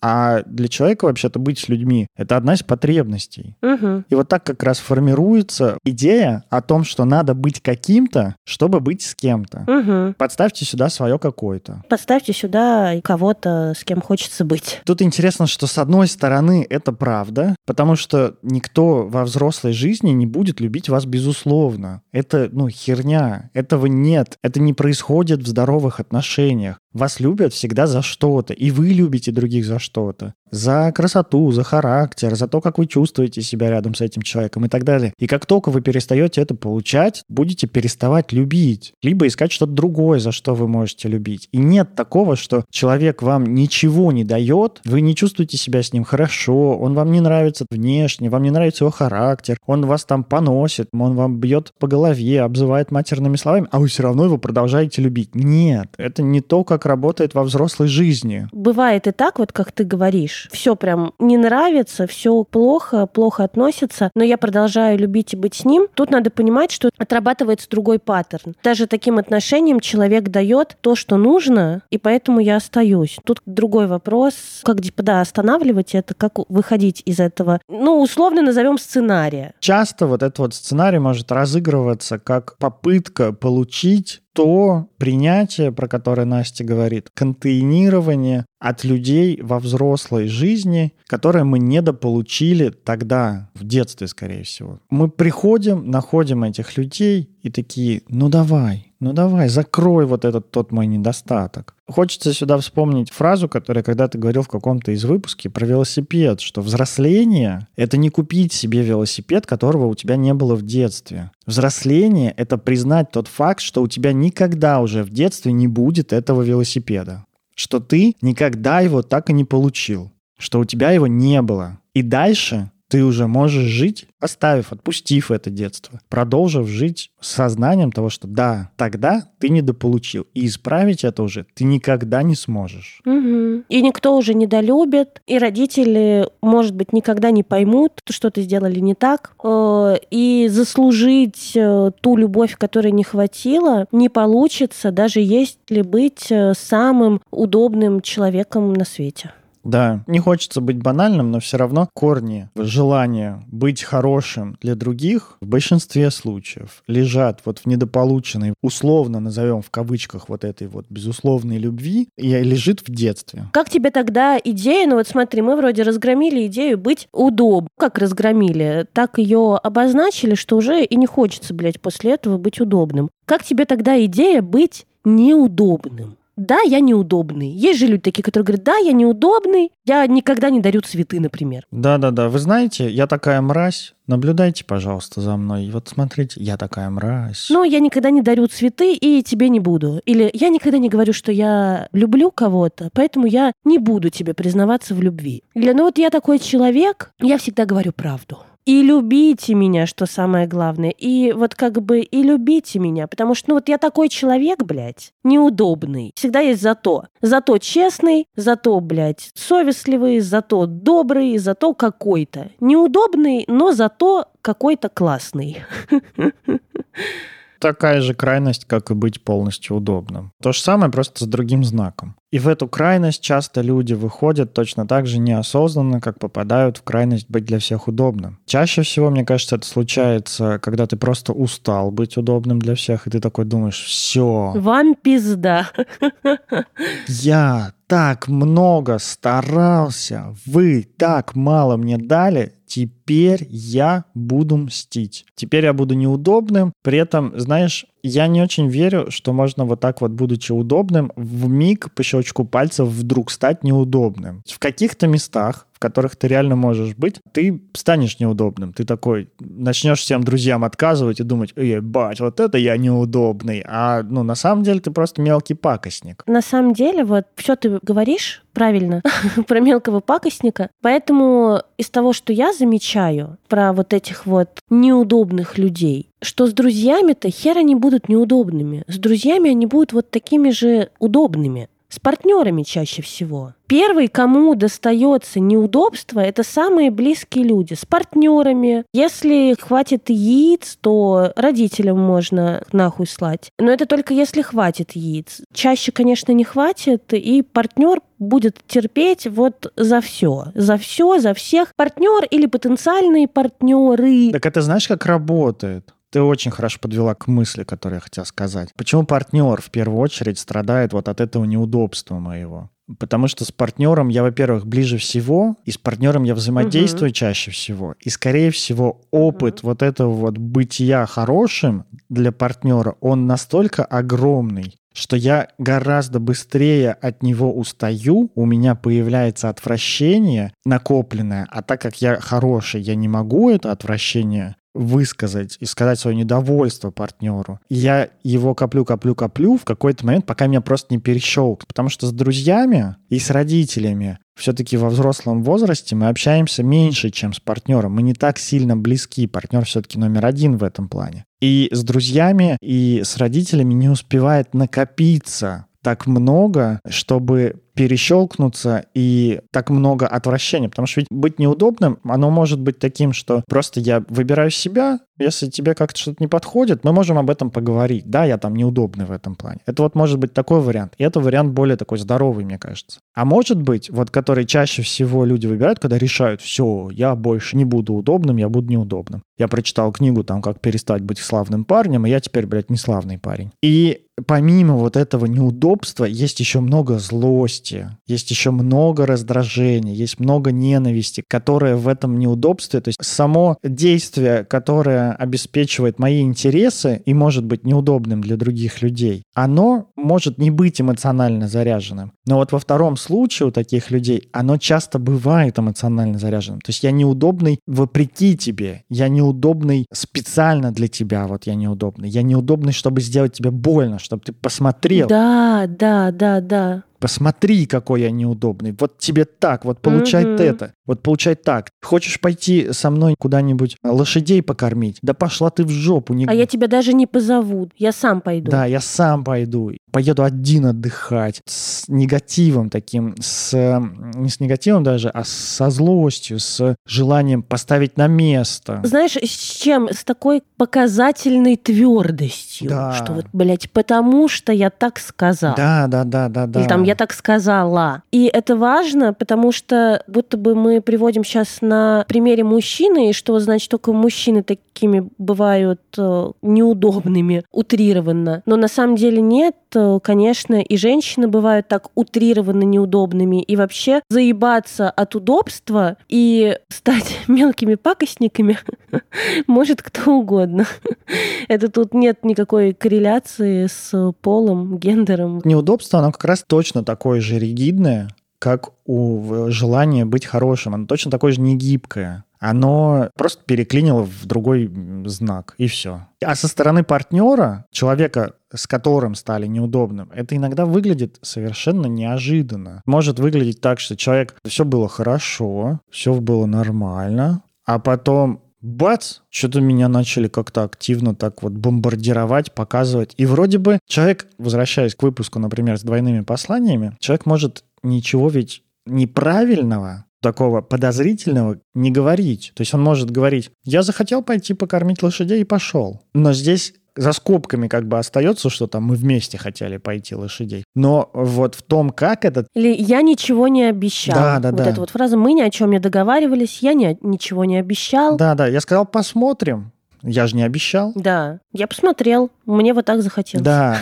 А для человека вообще-то быть с людьми — это одна из потребностей.
Угу.
И вот так как раз формируется идея о том, что надо быть каким-то, чтобы быть с кем-то.
Угу.
Подставьте сюда свое какое-то.
Поставьте сюда кого-то, с кем хочется быть.
Тут интересно, что с одной стороны это правда, потому что никто во взрослой жизни не будет любить вас безусловно. Это, ну, херня. Этого нет. Это не происходит в здоровых отношениях. Вас любят всегда за что-то, и вы любите других за что-то. За красоту, за характер, за то, как вы чувствуете себя рядом с этим человеком и так далее. И как только вы перестаете это получать, будете переставать любить. Либо искать что-то другое, за что вы можете любить. И нет такого, что человек вам ничего не дает, вы не чувствуете себя с ним хорошо, он вам не нравится внешне, вам не нравится его характер, он вас там поносит, он вам бьет по голове, обзывает матерными словами, а вы все равно его продолжаете любить. Нет, это не то, как работает во взрослой жизни.
Бывает и так, вот как ты говоришь. Все прям не нравится, все плохо, плохо относится, но я продолжаю любить и быть с ним. Тут надо понимать, что отрабатывается другой паттерн. Даже таким отношением человек дает то, что нужно, и поэтому я остаюсь. Тут другой вопрос, как типа, да, останавливать это, как выходить из этого, ну, условно назовем сценария.
Часто вот этот вот сценарий может разыгрываться как попытка получить то принятие, про которое Настя говорит, контейнирование от людей во взрослой жизни, которое мы недополучили тогда, в детстве, скорее всего. Мы приходим, находим этих людей и такие, ну давай, ну давай, закрой вот этот тот мой недостаток. Хочется сюда вспомнить фразу, которую я когда-то говорил в каком-то из выпусков про велосипед, что взросление — это не купить себе велосипед, которого у тебя не было в детстве. Взросление — это признать тот факт, что у тебя никогда уже в детстве не будет этого велосипеда. Что ты никогда его так и не получил. Что у тебя его не было. И дальше ты уже можешь жить, оставив, отпустив это детство, продолжив жить с сознанием того, что да, тогда ты недополучил, и исправить это уже ты никогда не сможешь.
Угу. И никто уже недолюбит, и родители, может быть, никогда не поймут, что ты сделали не так, и заслужить ту любовь, которой не хватило, не получится, даже если быть самым удобным человеком на свете.
Да, не хочется быть банальным, но все равно корни желания быть хорошим для других в большинстве случаев лежат вот в недополученной, условно назовем в кавычках вот этой вот безусловной любви, и лежит в детстве.
Как тебе тогда идея, ну вот смотри, мы вроде разгромили идею быть удобным. Как разгромили? Так ее обозначили, что уже и не хочется, блядь, после этого быть удобным. Как тебе тогда идея быть неудобным? Да, я неудобный. Есть же люди такие, которые говорят, да, я неудобный, я никогда не дарю цветы, например.
Да-да-да, вы знаете, я такая мразь, наблюдайте, пожалуйста, за мной. И вот смотрите, я такая мразь.
Ну, я никогда не дарю цветы и тебе не буду. Или я никогда не говорю, что я люблю кого-то, поэтому я не буду тебе признаваться в любви. Или, ну вот я такой человек, я всегда говорю правду. И любите меня, что самое главное. И вот как бы и любите меня. Потому что, ну вот я такой человек, блядь, неудобный. Всегда есть зато. Зато честный, зато, блядь, совестливый, зато добрый, зато какой-то. Неудобный, но зато какой-то классный.
Такая же крайность, как и быть полностью удобным. То же самое, просто с другим знаком. И в эту крайность часто люди выходят точно так же неосознанно, как попадают в крайность быть для всех удобным. Чаще всего, мне кажется, это случается, когда ты просто устал быть удобным для всех, и ты такой думаешь, все.
Вам пизда.
Я так много старался, вы так мало мне дали, теперь я буду мстить. Теперь я буду неудобным. При этом, знаешь, я не очень верю, что можно вот так вот, будучи удобным, вмиг по щелчку пальцев вдруг стать неудобным. В каких-то местах, в которых ты реально можешь быть, ты станешь неудобным. Ты такой начнешь всем друзьям отказывать и думать, ебать, вот это я неудобный. А ну, на самом деле ты просто мелкий пакостник.
На самом деле, вот все ты говоришь правильно про мелкого пакостника. Поэтому из того, что я замечаю про вот этих вот неудобных людей, что с друзьями-то хер они будут неудобными. С друзьями они будут вот такими же удобными. С партнерами чаще всего. Первый, кому достается неудобство, это самые близкие люди. С партнерами. Если хватит яиц, то родителям можно нахуй слать. Но это только если хватит яиц. Чаще, конечно, не хватит, и партнер будет терпеть вот за все. За все, за всех. Партнер или потенциальные партнеры.
Так это знаешь, как работает? Ты очень хорошо подвела к мысли, которую я хотел сказать. Почему партнер в первую очередь страдает вот от этого неудобства моего? Потому что с партнером я, во-первых, ближе всего, и с партнером я взаимодействую угу. чаще всего. И, скорее всего, опыт угу. вот этого вот бытия хорошим для партнера, он настолько огромный, что я гораздо быстрее от него устаю, у меня появляется отвращение накопленное, а так как я хороший, я не могу это отвращение высказать и сказать свое недовольство партнеру. Я его коплю, коплю, коплю в какой-то момент, пока меня просто не перещелкнет. Потому что с друзьями и с родителями все-таки во взрослом возрасте мы общаемся меньше, чем с партнером. Мы не так сильно близки. Партнер все-таки номер один в этом плане. И с друзьями, и с родителями не успевает накопиться так много, чтобы перещелкнуться, и так много отвращения. Потому что ведь быть неудобным, оно может быть таким, что просто я выбираю себя, если тебе как-то что-то не подходит, мы можем об этом поговорить. Да, я там неудобный в этом плане. Это вот может быть такой вариант. И это вариант более такой здоровый, мне кажется. А может быть, вот который чаще всего люди выбирают, когда решают, все, я больше не буду удобным, я буду неудобным. Я прочитал книгу там «Как перестать быть славным парнем», и я теперь, блядь, не славный парень. И помимо вот этого неудобства есть еще много злости, есть еще много раздражения, есть много ненависти, которое в этом неудобстве, то есть само действие, которое обеспечивает мои интересы и может быть неудобным для других людей, оно может не быть эмоционально заряженным. Но вот во втором случае у таких людей оно часто бывает эмоционально заряженным. То есть я неудобный вопреки тебе, я неудобный специально для тебя, вот я неудобный. Я неудобный, чтобы сделать тебе больно, чтобы ты посмотрел.
Да, да, да, да.
Посмотри, какой я неудобный. Вот тебе так, вот получай угу. это, вот получай так. Хочешь пойти со мной куда-нибудь лошадей покормить? Да пошла ты в жопу. Не...
А я тебя даже не позову, я сам пойду.
Да, я сам пойду. Поеду один отдыхать. С негативом таким, с, не с негативом даже, а со злостью, с желанием поставить на место.
Знаешь, с чем? С такой показательной твердостью.
Да.
Что вот, блядь, потому что я так сказал.
Да, да, да, да, да.
Или там я так сказала. И это важно, потому что будто бы мы приводим сейчас на примере мужчины, и что, значит, только мужчины такими бывают э, неудобными, утрированно. Но на самом деле нет. Конечно, и женщины бывают так утрированно неудобными. И вообще заебаться от удобства и стать мелкими пакостниками может кто угодно. Это тут нет никакой корреляции с полом, гендером.
Неудобство, оно как раз точно такое же ригидное, как у желания быть хорошим. Оно точно такое же негибкое. Оно просто переклинило в другой знак, и все. А со стороны партнера, человека, с которым стали неудобным, это иногда выглядит совершенно неожиданно. Может выглядеть так, что человек, все было хорошо, все было нормально, а потом бац, что-то меня начали как-то активно так вот бомбардировать, показывать. И вроде бы человек, возвращаясь к выпуску, например, с двойными посланиями, человек может ничего ведь неправильного, такого подозрительного не говорить. То есть он может говорить, я захотел пойти покормить лошадей и пошел. Но здесь за скобками как бы остается, что там мы вместе хотели пойти лошадей. Но вот в том, как это...
Или я ничего не обещал.
Да, да,
вот
да.
эта вот фраза, мы ни о чем не договаривались, я ни, ничего не обещал.
Да, да, я сказал, посмотрим. Я же не обещал.
Да, я посмотрел, мне вот так захотелось.
Да.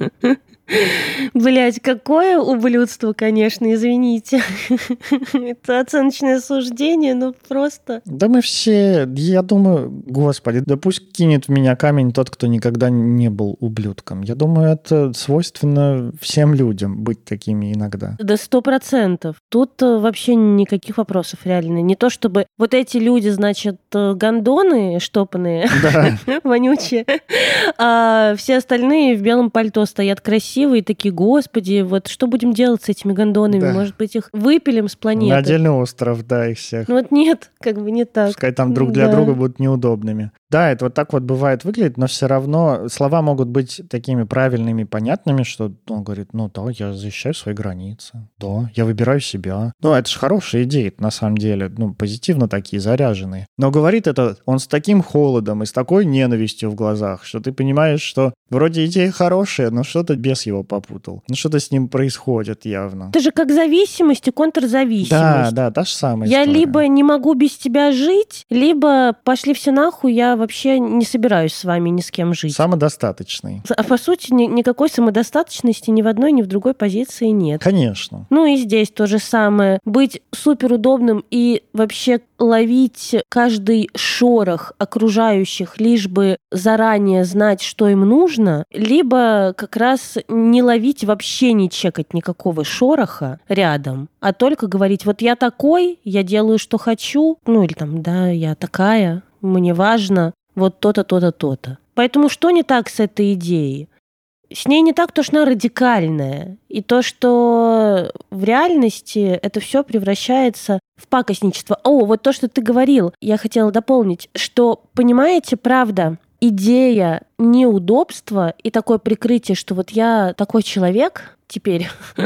Блять, какое ублюдство, конечно, извините. Это оценочное суждение, ну просто...
Да мы все, я думаю, господи, да пусть кинет в меня камень тот, кто никогда не был ублюдком. Я думаю, это свойственно всем людям быть такими иногда.
Да сто процентов. Тут вообще никаких вопросов реально. Не то чтобы вот эти люди, значит, гондоны штопанные, вонючие, а все остальные в белом пальто стоят красивые, и такие, господи, вот что будем делать с этими гондонами? Да. Может быть, их выпилим с планеты?
На отдельный остров, да, их всех.
Ну вот нет, как бы не так.
Пускай там друг для да. друга будут неудобными. Да, это вот так вот бывает выглядит, но все равно слова могут быть такими правильными, понятными, что он говорит, ну да, я защищаю свои границы, да, я выбираю себя. Ну, это же хорошие идеи, на самом деле, ну, позитивно такие, заряженные. Но говорит это он с таким холодом и с такой ненавистью в глазах, что ты понимаешь, что вроде идея хорошая, но что-то бес его попутал. Ну, что-то с ним происходит явно.
Это же как зависимость и контрзависимость.
Да, да, та же самая
Я
история.
либо не могу без тебя жить, либо пошли все нахуй, я вообще не собираюсь с вами ни с кем жить.
Самодостаточный.
А по сути, ни- никакой самодостаточности ни в одной, ни в другой позиции нет.
Конечно.
Ну и здесь то же самое. Быть суперудобным и вообще ловить каждый шорох окружающих, лишь бы заранее знать, что им нужно, либо как раз не ловить, вообще не чекать никакого шороха рядом, а только говорить, вот я такой, я делаю, что хочу, ну или там, да, я такая, мне важно вот то-то, то-то, то-то. Поэтому что не так с этой идеей? С ней не так то, что она радикальная, и то, что в реальности это все превращается в пакостничество. О, вот то, что ты говорил, я хотела дополнить, что, понимаете, правда, идея неудобства и такое прикрытие, что вот я такой человек теперь,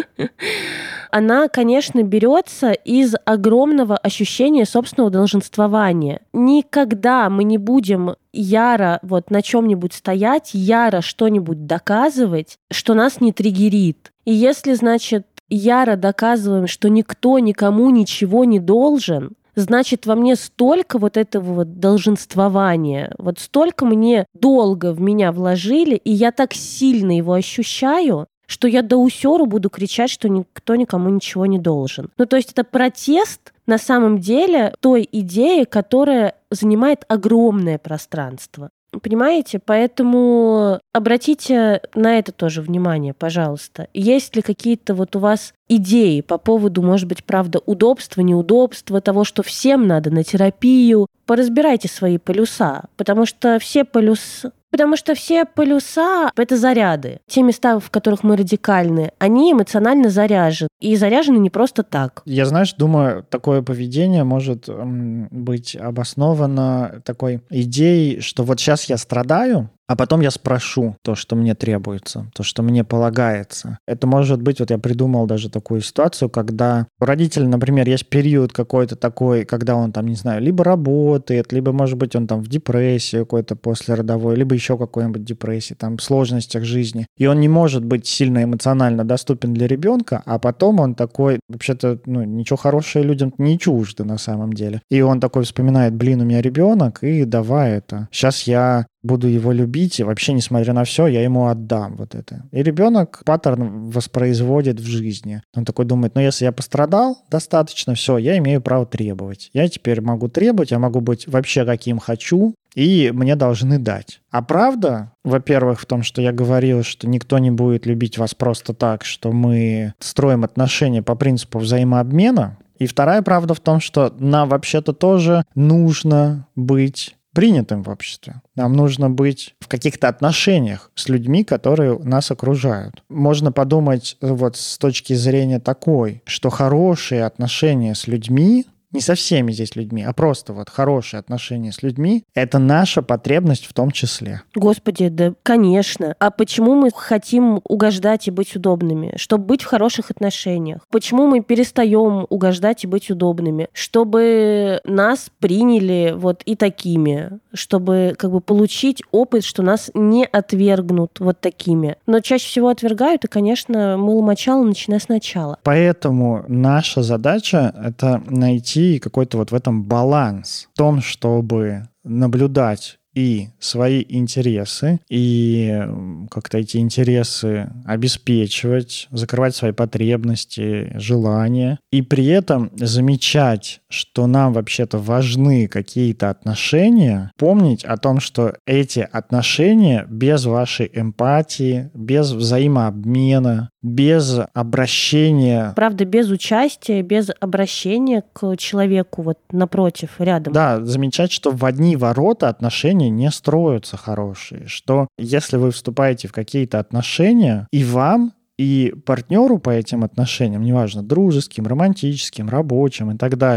она, конечно, берется из огромного ощущения собственного долженствования. Никогда мы не будем яро вот на чем-нибудь стоять, яро что-нибудь доказывать, что нас не триггерит. И если, значит, яро доказываем, что никто никому ничего не должен, значит, во мне столько вот этого вот долженствования, вот столько мне долго в меня вложили, и я так сильно его ощущаю, что я до усеру буду кричать, что никто никому ничего не должен. Ну, то есть это протест на самом деле той идеи, которая занимает огромное пространство. Понимаете? Поэтому обратите на это тоже внимание, пожалуйста. Есть ли какие-то вот у вас идеи по поводу, может быть, правда, удобства, неудобства, того, что всем надо на терапию? Поразбирайте свои полюса, потому что все полюсы... Потому что все полюса — это заряды. Те места, в которых мы радикальны, они эмоционально заряжены. И заряжены не просто так.
Я, знаешь, думаю, такое поведение может м, быть обосновано такой идеей, что вот сейчас я страдаю, а потом я спрошу то, что мне требуется, то, что мне полагается. Это может быть, вот я придумал даже такую ситуацию, когда у родителя, например, есть период какой-то такой, когда он там, не знаю, либо работает, либо, может быть, он там в депрессии какой-то послеродовой, либо еще какой-нибудь депрессии, там, в сложностях жизни. И он не может быть сильно эмоционально доступен для ребенка, а потом он такой, вообще-то, ну, ничего хорошего людям не чуждо на самом деле. И он такой вспоминает, блин, у меня ребенок, и давай это. Сейчас я буду его любить, и вообще, несмотря на все, я ему отдам вот это. И ребенок паттерн воспроизводит в жизни. Он такой думает, ну, если я пострадал достаточно, все, я имею право требовать. Я теперь могу требовать, я могу быть вообще каким хочу, и мне должны дать. А правда, во-первых, в том, что я говорил, что никто не будет любить вас просто так, что мы строим отношения по принципу взаимообмена. И вторая правда в том, что нам вообще-то тоже нужно быть принятым в обществе. Нам нужно быть в каких-то отношениях с людьми, которые нас окружают. Можно подумать вот с точки зрения такой, что хорошие отношения с людьми, не со всеми здесь людьми, а просто вот хорошие отношения с людьми — это наша потребность в том числе.
Господи, да, конечно. А почему мы хотим угождать и быть удобными? Чтобы быть в хороших отношениях. Почему мы перестаем угождать и быть удобными? Чтобы нас приняли вот и такими. Чтобы как бы получить опыт, что нас не отвергнут вот такими. Но чаще всего отвергают, и, конечно, мыло-мочало, начиная сначала.
Поэтому наша задача — это найти какой-то вот в этом баланс. В том, чтобы наблюдать и свои интересы, и как-то эти интересы обеспечивать, закрывать свои потребности, желания, и при этом замечать, что нам вообще-то важны какие-то отношения, помнить о том, что эти отношения без вашей эмпатии, без взаимообмена, без обращения...
Правда, без участия, без обращения к человеку вот напротив, рядом.
Да, замечать, что в одни ворота отношения не строятся хорошие, что если вы вступаете в какие-то отношения, и вам, и партнеру по этим отношениям, неважно, дружеским, романтическим, рабочим и так далее,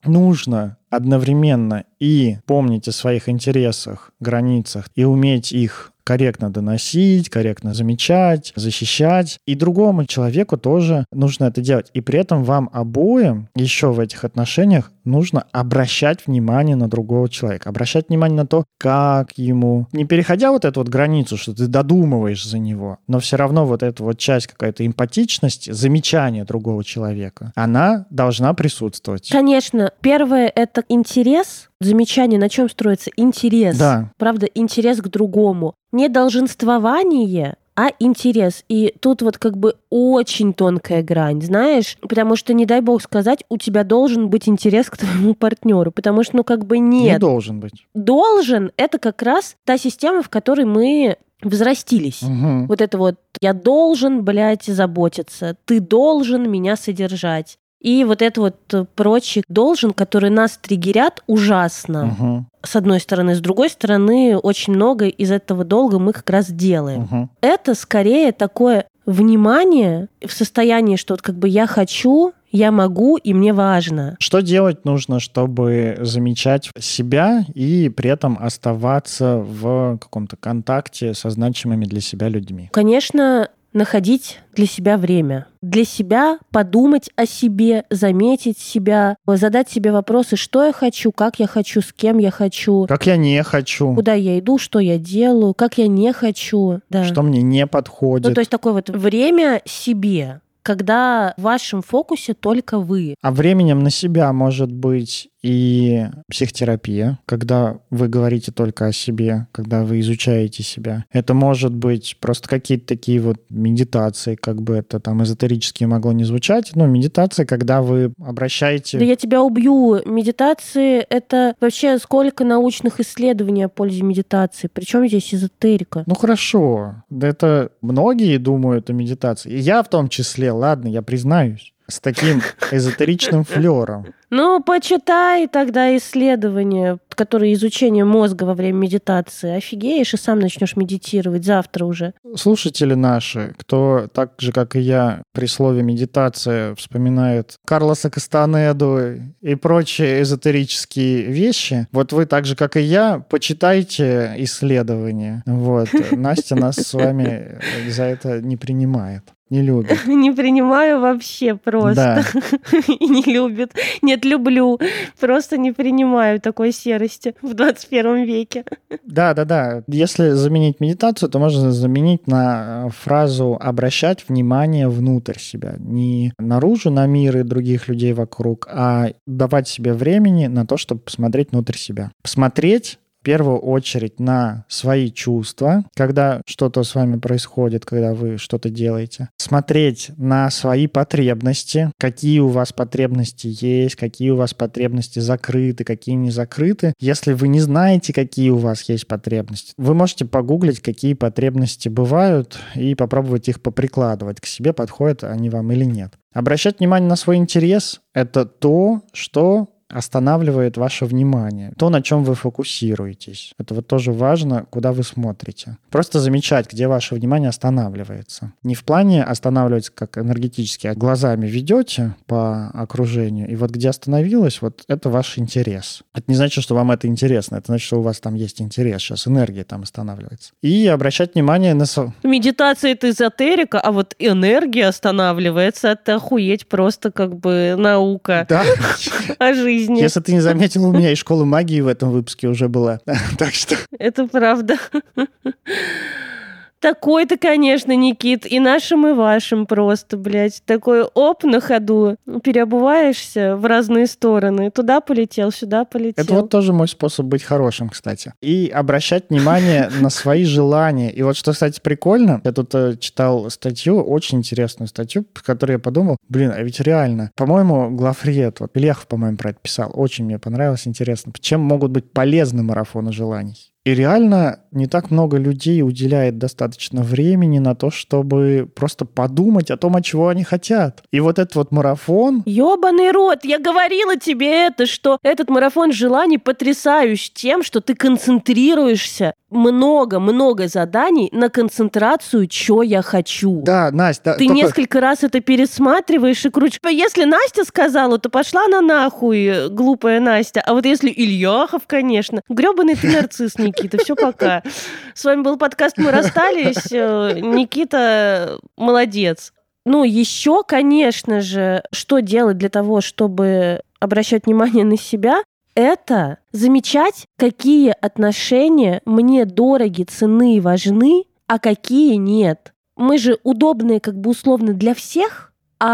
нужно одновременно и помнить о своих интересах, границах, и уметь их корректно доносить, корректно замечать, защищать. И другому человеку тоже нужно это делать. И при этом вам обоим еще в этих отношениях нужно обращать внимание на другого человека. Обращать внимание на то, как ему... Не переходя вот эту вот границу, что ты додумываешь за него, но все равно вот эта вот часть какая-то эмпатичности, замечания другого человека, она должна присутствовать.
Конечно. Первое — это интерес. Замечание, на чем строится интерес.
Да.
Правда, интерес к другому. Не долженствование, а интерес. И тут вот как бы очень тонкая грань, знаешь? Потому что, не дай бог сказать, у тебя должен быть интерес к твоему партнеру. Потому что, ну, как бы нет.
Не должен быть.
Должен — это как раз та система, в которой мы взрастились.
Угу.
Вот это вот «я должен, блядь, заботиться», «ты должен меня содержать». И вот это вот прочий должен, который нас триггерят ужасно.
Угу.
С одной стороны. С другой стороны, очень много из этого долга мы как раз делаем.
Угу.
Это скорее такое внимание в состоянии, что вот как бы я хочу, я могу, и мне важно.
Что делать нужно, чтобы замечать себя и при этом оставаться в каком-то контакте со значимыми для себя людьми?
Конечно, находить для себя время. Для себя подумать о себе, заметить себя, задать себе вопросы, что я хочу, как я хочу, с кем я хочу.
Как я не хочу.
Куда я иду, что я делаю, как я не хочу. Да.
Что мне не подходит.
Ну, то есть такое вот время себе, когда в вашем фокусе только вы.
А временем на себя может быть и психотерапия, когда вы говорите только о себе, когда вы изучаете себя. Это может быть просто какие-то такие вот медитации, как бы это там эзотерически могло не звучать, но медитации, когда вы обращаете...
Да я тебя убью. Медитации — это вообще сколько научных исследований о пользе медитации. Причем здесь эзотерика?
Ну хорошо, это многие думают о медитации. И я в том числе, ладно, я признаюсь, с таким эзотеричным флером.
Ну, почитай тогда исследования, которые изучение мозга во время медитации. Офигеешь и сам начнешь медитировать завтра уже.
Слушатели наши, кто так же, как и я, при слове «медитация» вспоминает Карлоса Кастанеду и прочие эзотерические вещи, вот вы так же, как и я, почитайте исследования. Вот. Настя нас с вами за это не принимает. Не любит.
Не принимаю вообще просто.
Да.
И не любит. Нет, люблю. Просто не принимаю такой серости в двадцать первом веке.
Да, да, да. Если заменить медитацию, то можно заменить на фразу «обращать внимание внутрь себя». Не наружу на мир и других людей вокруг, а давать себе времени на то, чтобы посмотреть внутрь себя. Посмотреть в первую очередь на свои чувства, когда что-то с вами происходит, когда вы что-то делаете. Смотреть на свои потребности, какие у вас потребности есть, какие у вас потребности закрыты, какие не закрыты. Если вы не знаете, какие у вас есть потребности, вы можете погуглить, какие потребности бывают, и попробовать их поприкладывать к себе, подходят они вам или нет. Обращать внимание на свой интерес — это то, что останавливает ваше внимание, то, на чем вы фокусируетесь. Это вот тоже важно, куда вы смотрите. Просто замечать, где ваше внимание останавливается. Не в плане останавливаться как энергетически, а глазами ведете по окружению, и вот где остановилось, вот это ваш интерес. Это не значит, что вам это интересно, это значит, что у вас там есть интерес, сейчас энергия там останавливается. И обращать внимание на...
Медитация — это эзотерика, а вот энергия останавливается, это охуеть просто как бы наука.
Да.
О жизни.
Если ты не заметил, у меня и школа магии в этом выпуске уже была. Так что...
Это правда. Такой-то, конечно, Никит, и нашим, и вашим просто, блядь. Такой оп, на ходу. Переобуваешься в разные стороны. Туда полетел, сюда полетел.
Это вот тоже мой способ быть хорошим, кстати. И обращать внимание на свои желания. И вот что, кстати, прикольно, я тут э, читал статью, очень интересную статью, в которой я подумал, блин, а ведь реально, по-моему, главред, вот Лехов, по-моему, про это писал, очень мне понравилось, интересно, чем могут быть полезны марафоны желаний. И реально не так много людей уделяет достаточно времени на то, чтобы просто подумать о том, от чего они хотят. И вот этот вот марафон...
Ёбаный рот, я говорила тебе это, что этот марафон желаний потрясающий тем, что ты концентрируешься много-много заданий на концентрацию, что я хочу.
Да, Настя...
Ты
только...
несколько раз это пересматриваешь и крутишь. Если Настя сказала, то пошла она нахуй, глупая Настя. А вот если Ильяхов, конечно. Гребаный ты нарцисс, Никита. Все, пока. С вами был подкаст «Мы расстались». Никита молодец. Ну, еще, конечно же, что делать для того, чтобы обращать внимание на себя, это замечать, какие отношения мне дороги, ценны и важны, а какие нет. Мы же удобные как бы условно для всех,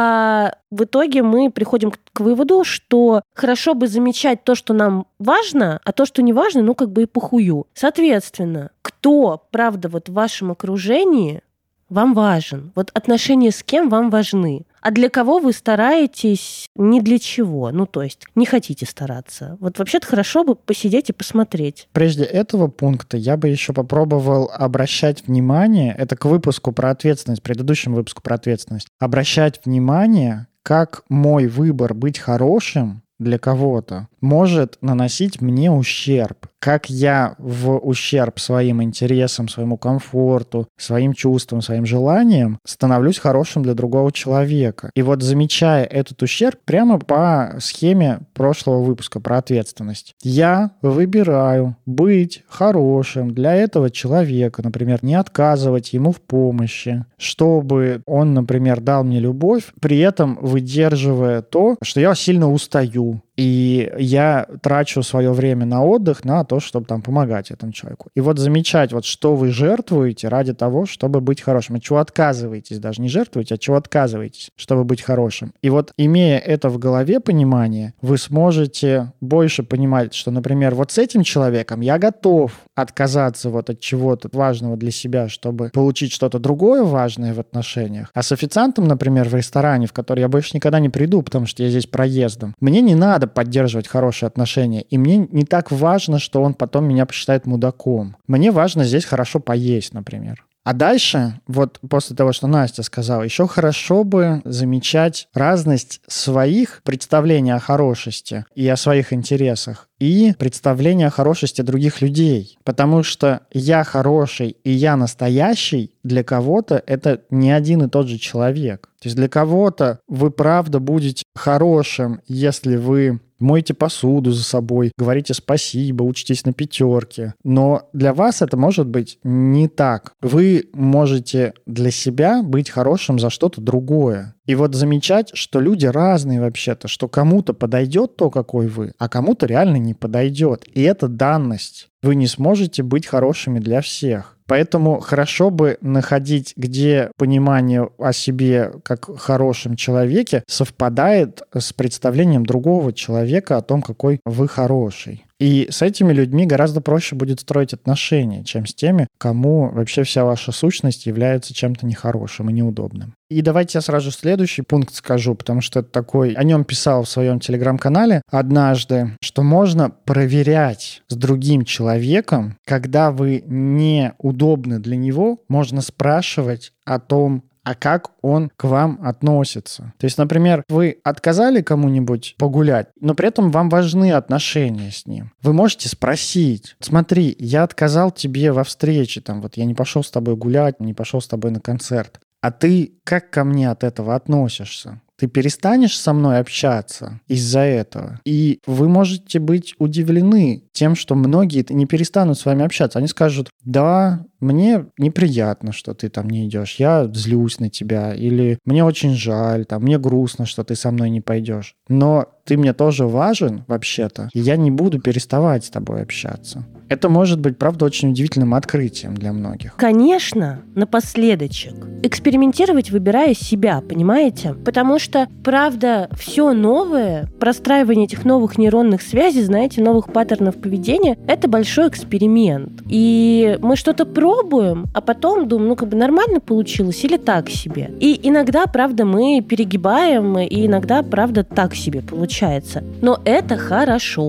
а в итоге мы приходим к, к выводу, что хорошо бы замечать то, что нам важно, а то, что не важно, ну как бы и похую. Соответственно, кто, правда, вот в вашем окружении вам важен? Вот отношения с кем вам важны? А для кого вы стараетесь ни для чего? Ну, то есть не хотите стараться. Вот вообще-то хорошо бы посидеть и посмотреть.
Прежде этого пункта я бы еще попробовал обращать внимание, это к выпуску про ответственность, предыдущему выпуску про ответственность, обращать внимание, как мой выбор быть хорошим для кого-то может наносить мне ущерб. Как я в ущерб своим интересам, своему комфорту, своим чувствам, своим желаниям становлюсь хорошим для другого человека. И вот замечая этот ущерб прямо по схеме прошлого выпуска про ответственность, я выбираю быть хорошим для этого человека, например, не отказывать ему в помощи, чтобы он, например, дал мне любовь, при этом выдерживая то, что я сильно устаю, и я трачу свое время на отдых, на то, чтобы там помогать этому человеку. И вот замечать, вот что вы жертвуете ради того, чтобы быть хорошим. От чего отказываетесь, даже не жертвуете, от чего отказываетесь, чтобы быть хорошим. И вот имея это в голове понимание, вы сможете больше понимать, что, например, вот с этим человеком я готов отказаться вот от чего-то важного для себя, чтобы получить что-то другое важное в отношениях. А с официантом, например, в ресторане, в который я больше никогда не приду, потому что я здесь проездом, мне не надо поддерживать хорошие отношения. И мне не так важно, что он потом меня посчитает мудаком. Мне важно здесь хорошо поесть, например. А дальше, вот после того, что Настя сказала, еще хорошо бы замечать разность своих представлений о хорошести и о своих интересах и представления о хорошести других людей. Потому что я хороший и я настоящий для кого-то это не один и тот же человек. То есть для кого-то вы правда будете хорошим, если вы моете посуду за собой, говорите спасибо, учитесь на пятерке. Но для вас это может быть не так. Вы можете для себя быть хорошим за что-то другое. И вот замечать, что люди разные вообще-то, что кому-то подойдет то, какой вы, а кому-то реально не подойдет. И это данность. Вы не сможете быть хорошими для всех. Поэтому хорошо бы находить, где понимание о себе как хорошем человеке совпадает с представлением другого человека о том, какой вы хороший. И с этими людьми гораздо проще будет строить отношения, чем с теми, кому вообще вся ваша сущность является чем-то нехорошим и неудобным. И давайте я сразу следующий пункт скажу, потому что это такой... О нем писал в своем телеграм-канале однажды, что можно проверять с другим человеком, когда вы неудобны для него, можно спрашивать о том, а как он к вам относится. То есть, например, вы отказали кому-нибудь погулять, но при этом вам важны отношения с ним. Вы можете спросить: смотри, я отказал тебе во встрече, там, вот я не пошел с тобой гулять, не пошел с тобой на концерт. А ты как ко мне от этого относишься? Ты перестанешь со мной общаться из-за этого? И вы можете быть удивлены тем, что многие не перестанут с вами общаться. Они скажут: да, мне неприятно, что ты там не идешь, я злюсь на тебя, или мне очень жаль, там, мне грустно, что ты со мной не пойдешь. Но ты мне тоже важен, вообще-то, и я не буду переставать с тобой общаться. Это может быть, правда, очень удивительным открытием для многих.
Конечно, напоследочек. Экспериментировать, выбирая себя, понимаете? Потому что, правда, все новое, простраивание этих новых нейронных связей, знаете, новых паттернов поведения, это большой эксперимент. И мы что-то пробуем, а потом думаем, ну, как бы нормально получилось или так себе. И иногда, правда, мы перегибаем, и иногда, правда, так себе получается. Но это хорошо.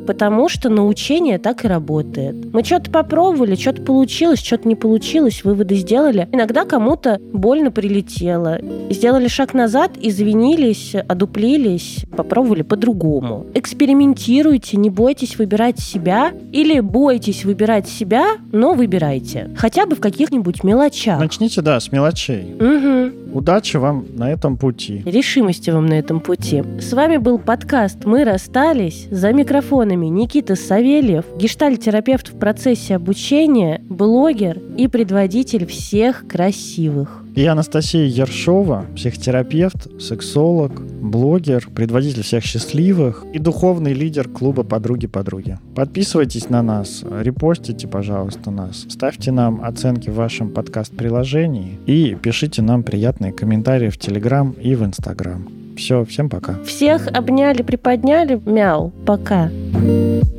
потому что научение так и работает. Мы что-то попробовали, что-то получилось, что-то не получилось, выводы сделали. Иногда кому-то больно прилетело. Сделали шаг назад, извинились, одуплились, попробовали по-другому. Экспериментируйте, не бойтесь выбирать себя или бойтесь выбирать себя, но выбирайте. Хотя бы в каких-нибудь мелочах.
Начните, да, с мелочей.
Угу.
Удачи вам на этом пути.
Решимости вам на этом пути. С вами был подкаст «Мы расстались». За микрофонами Никита Савельев, гештальт-терапевт в процессе обучения, блогер и предводитель всех красивых.
И Анастасия Ершова, психотерапевт, сексолог, блогер, предводитель всех счастливых и духовный лидер клуба «Подруги-подруги». Подписывайтесь на нас, репостите, пожалуйста, нас, ставьте нам оценки в вашем подкаст-приложении и пишите нам приятные комментарии в Телеграм и в Инстаграм. Все, всем пока.
Всех обняли, приподняли. Мяу. Пока.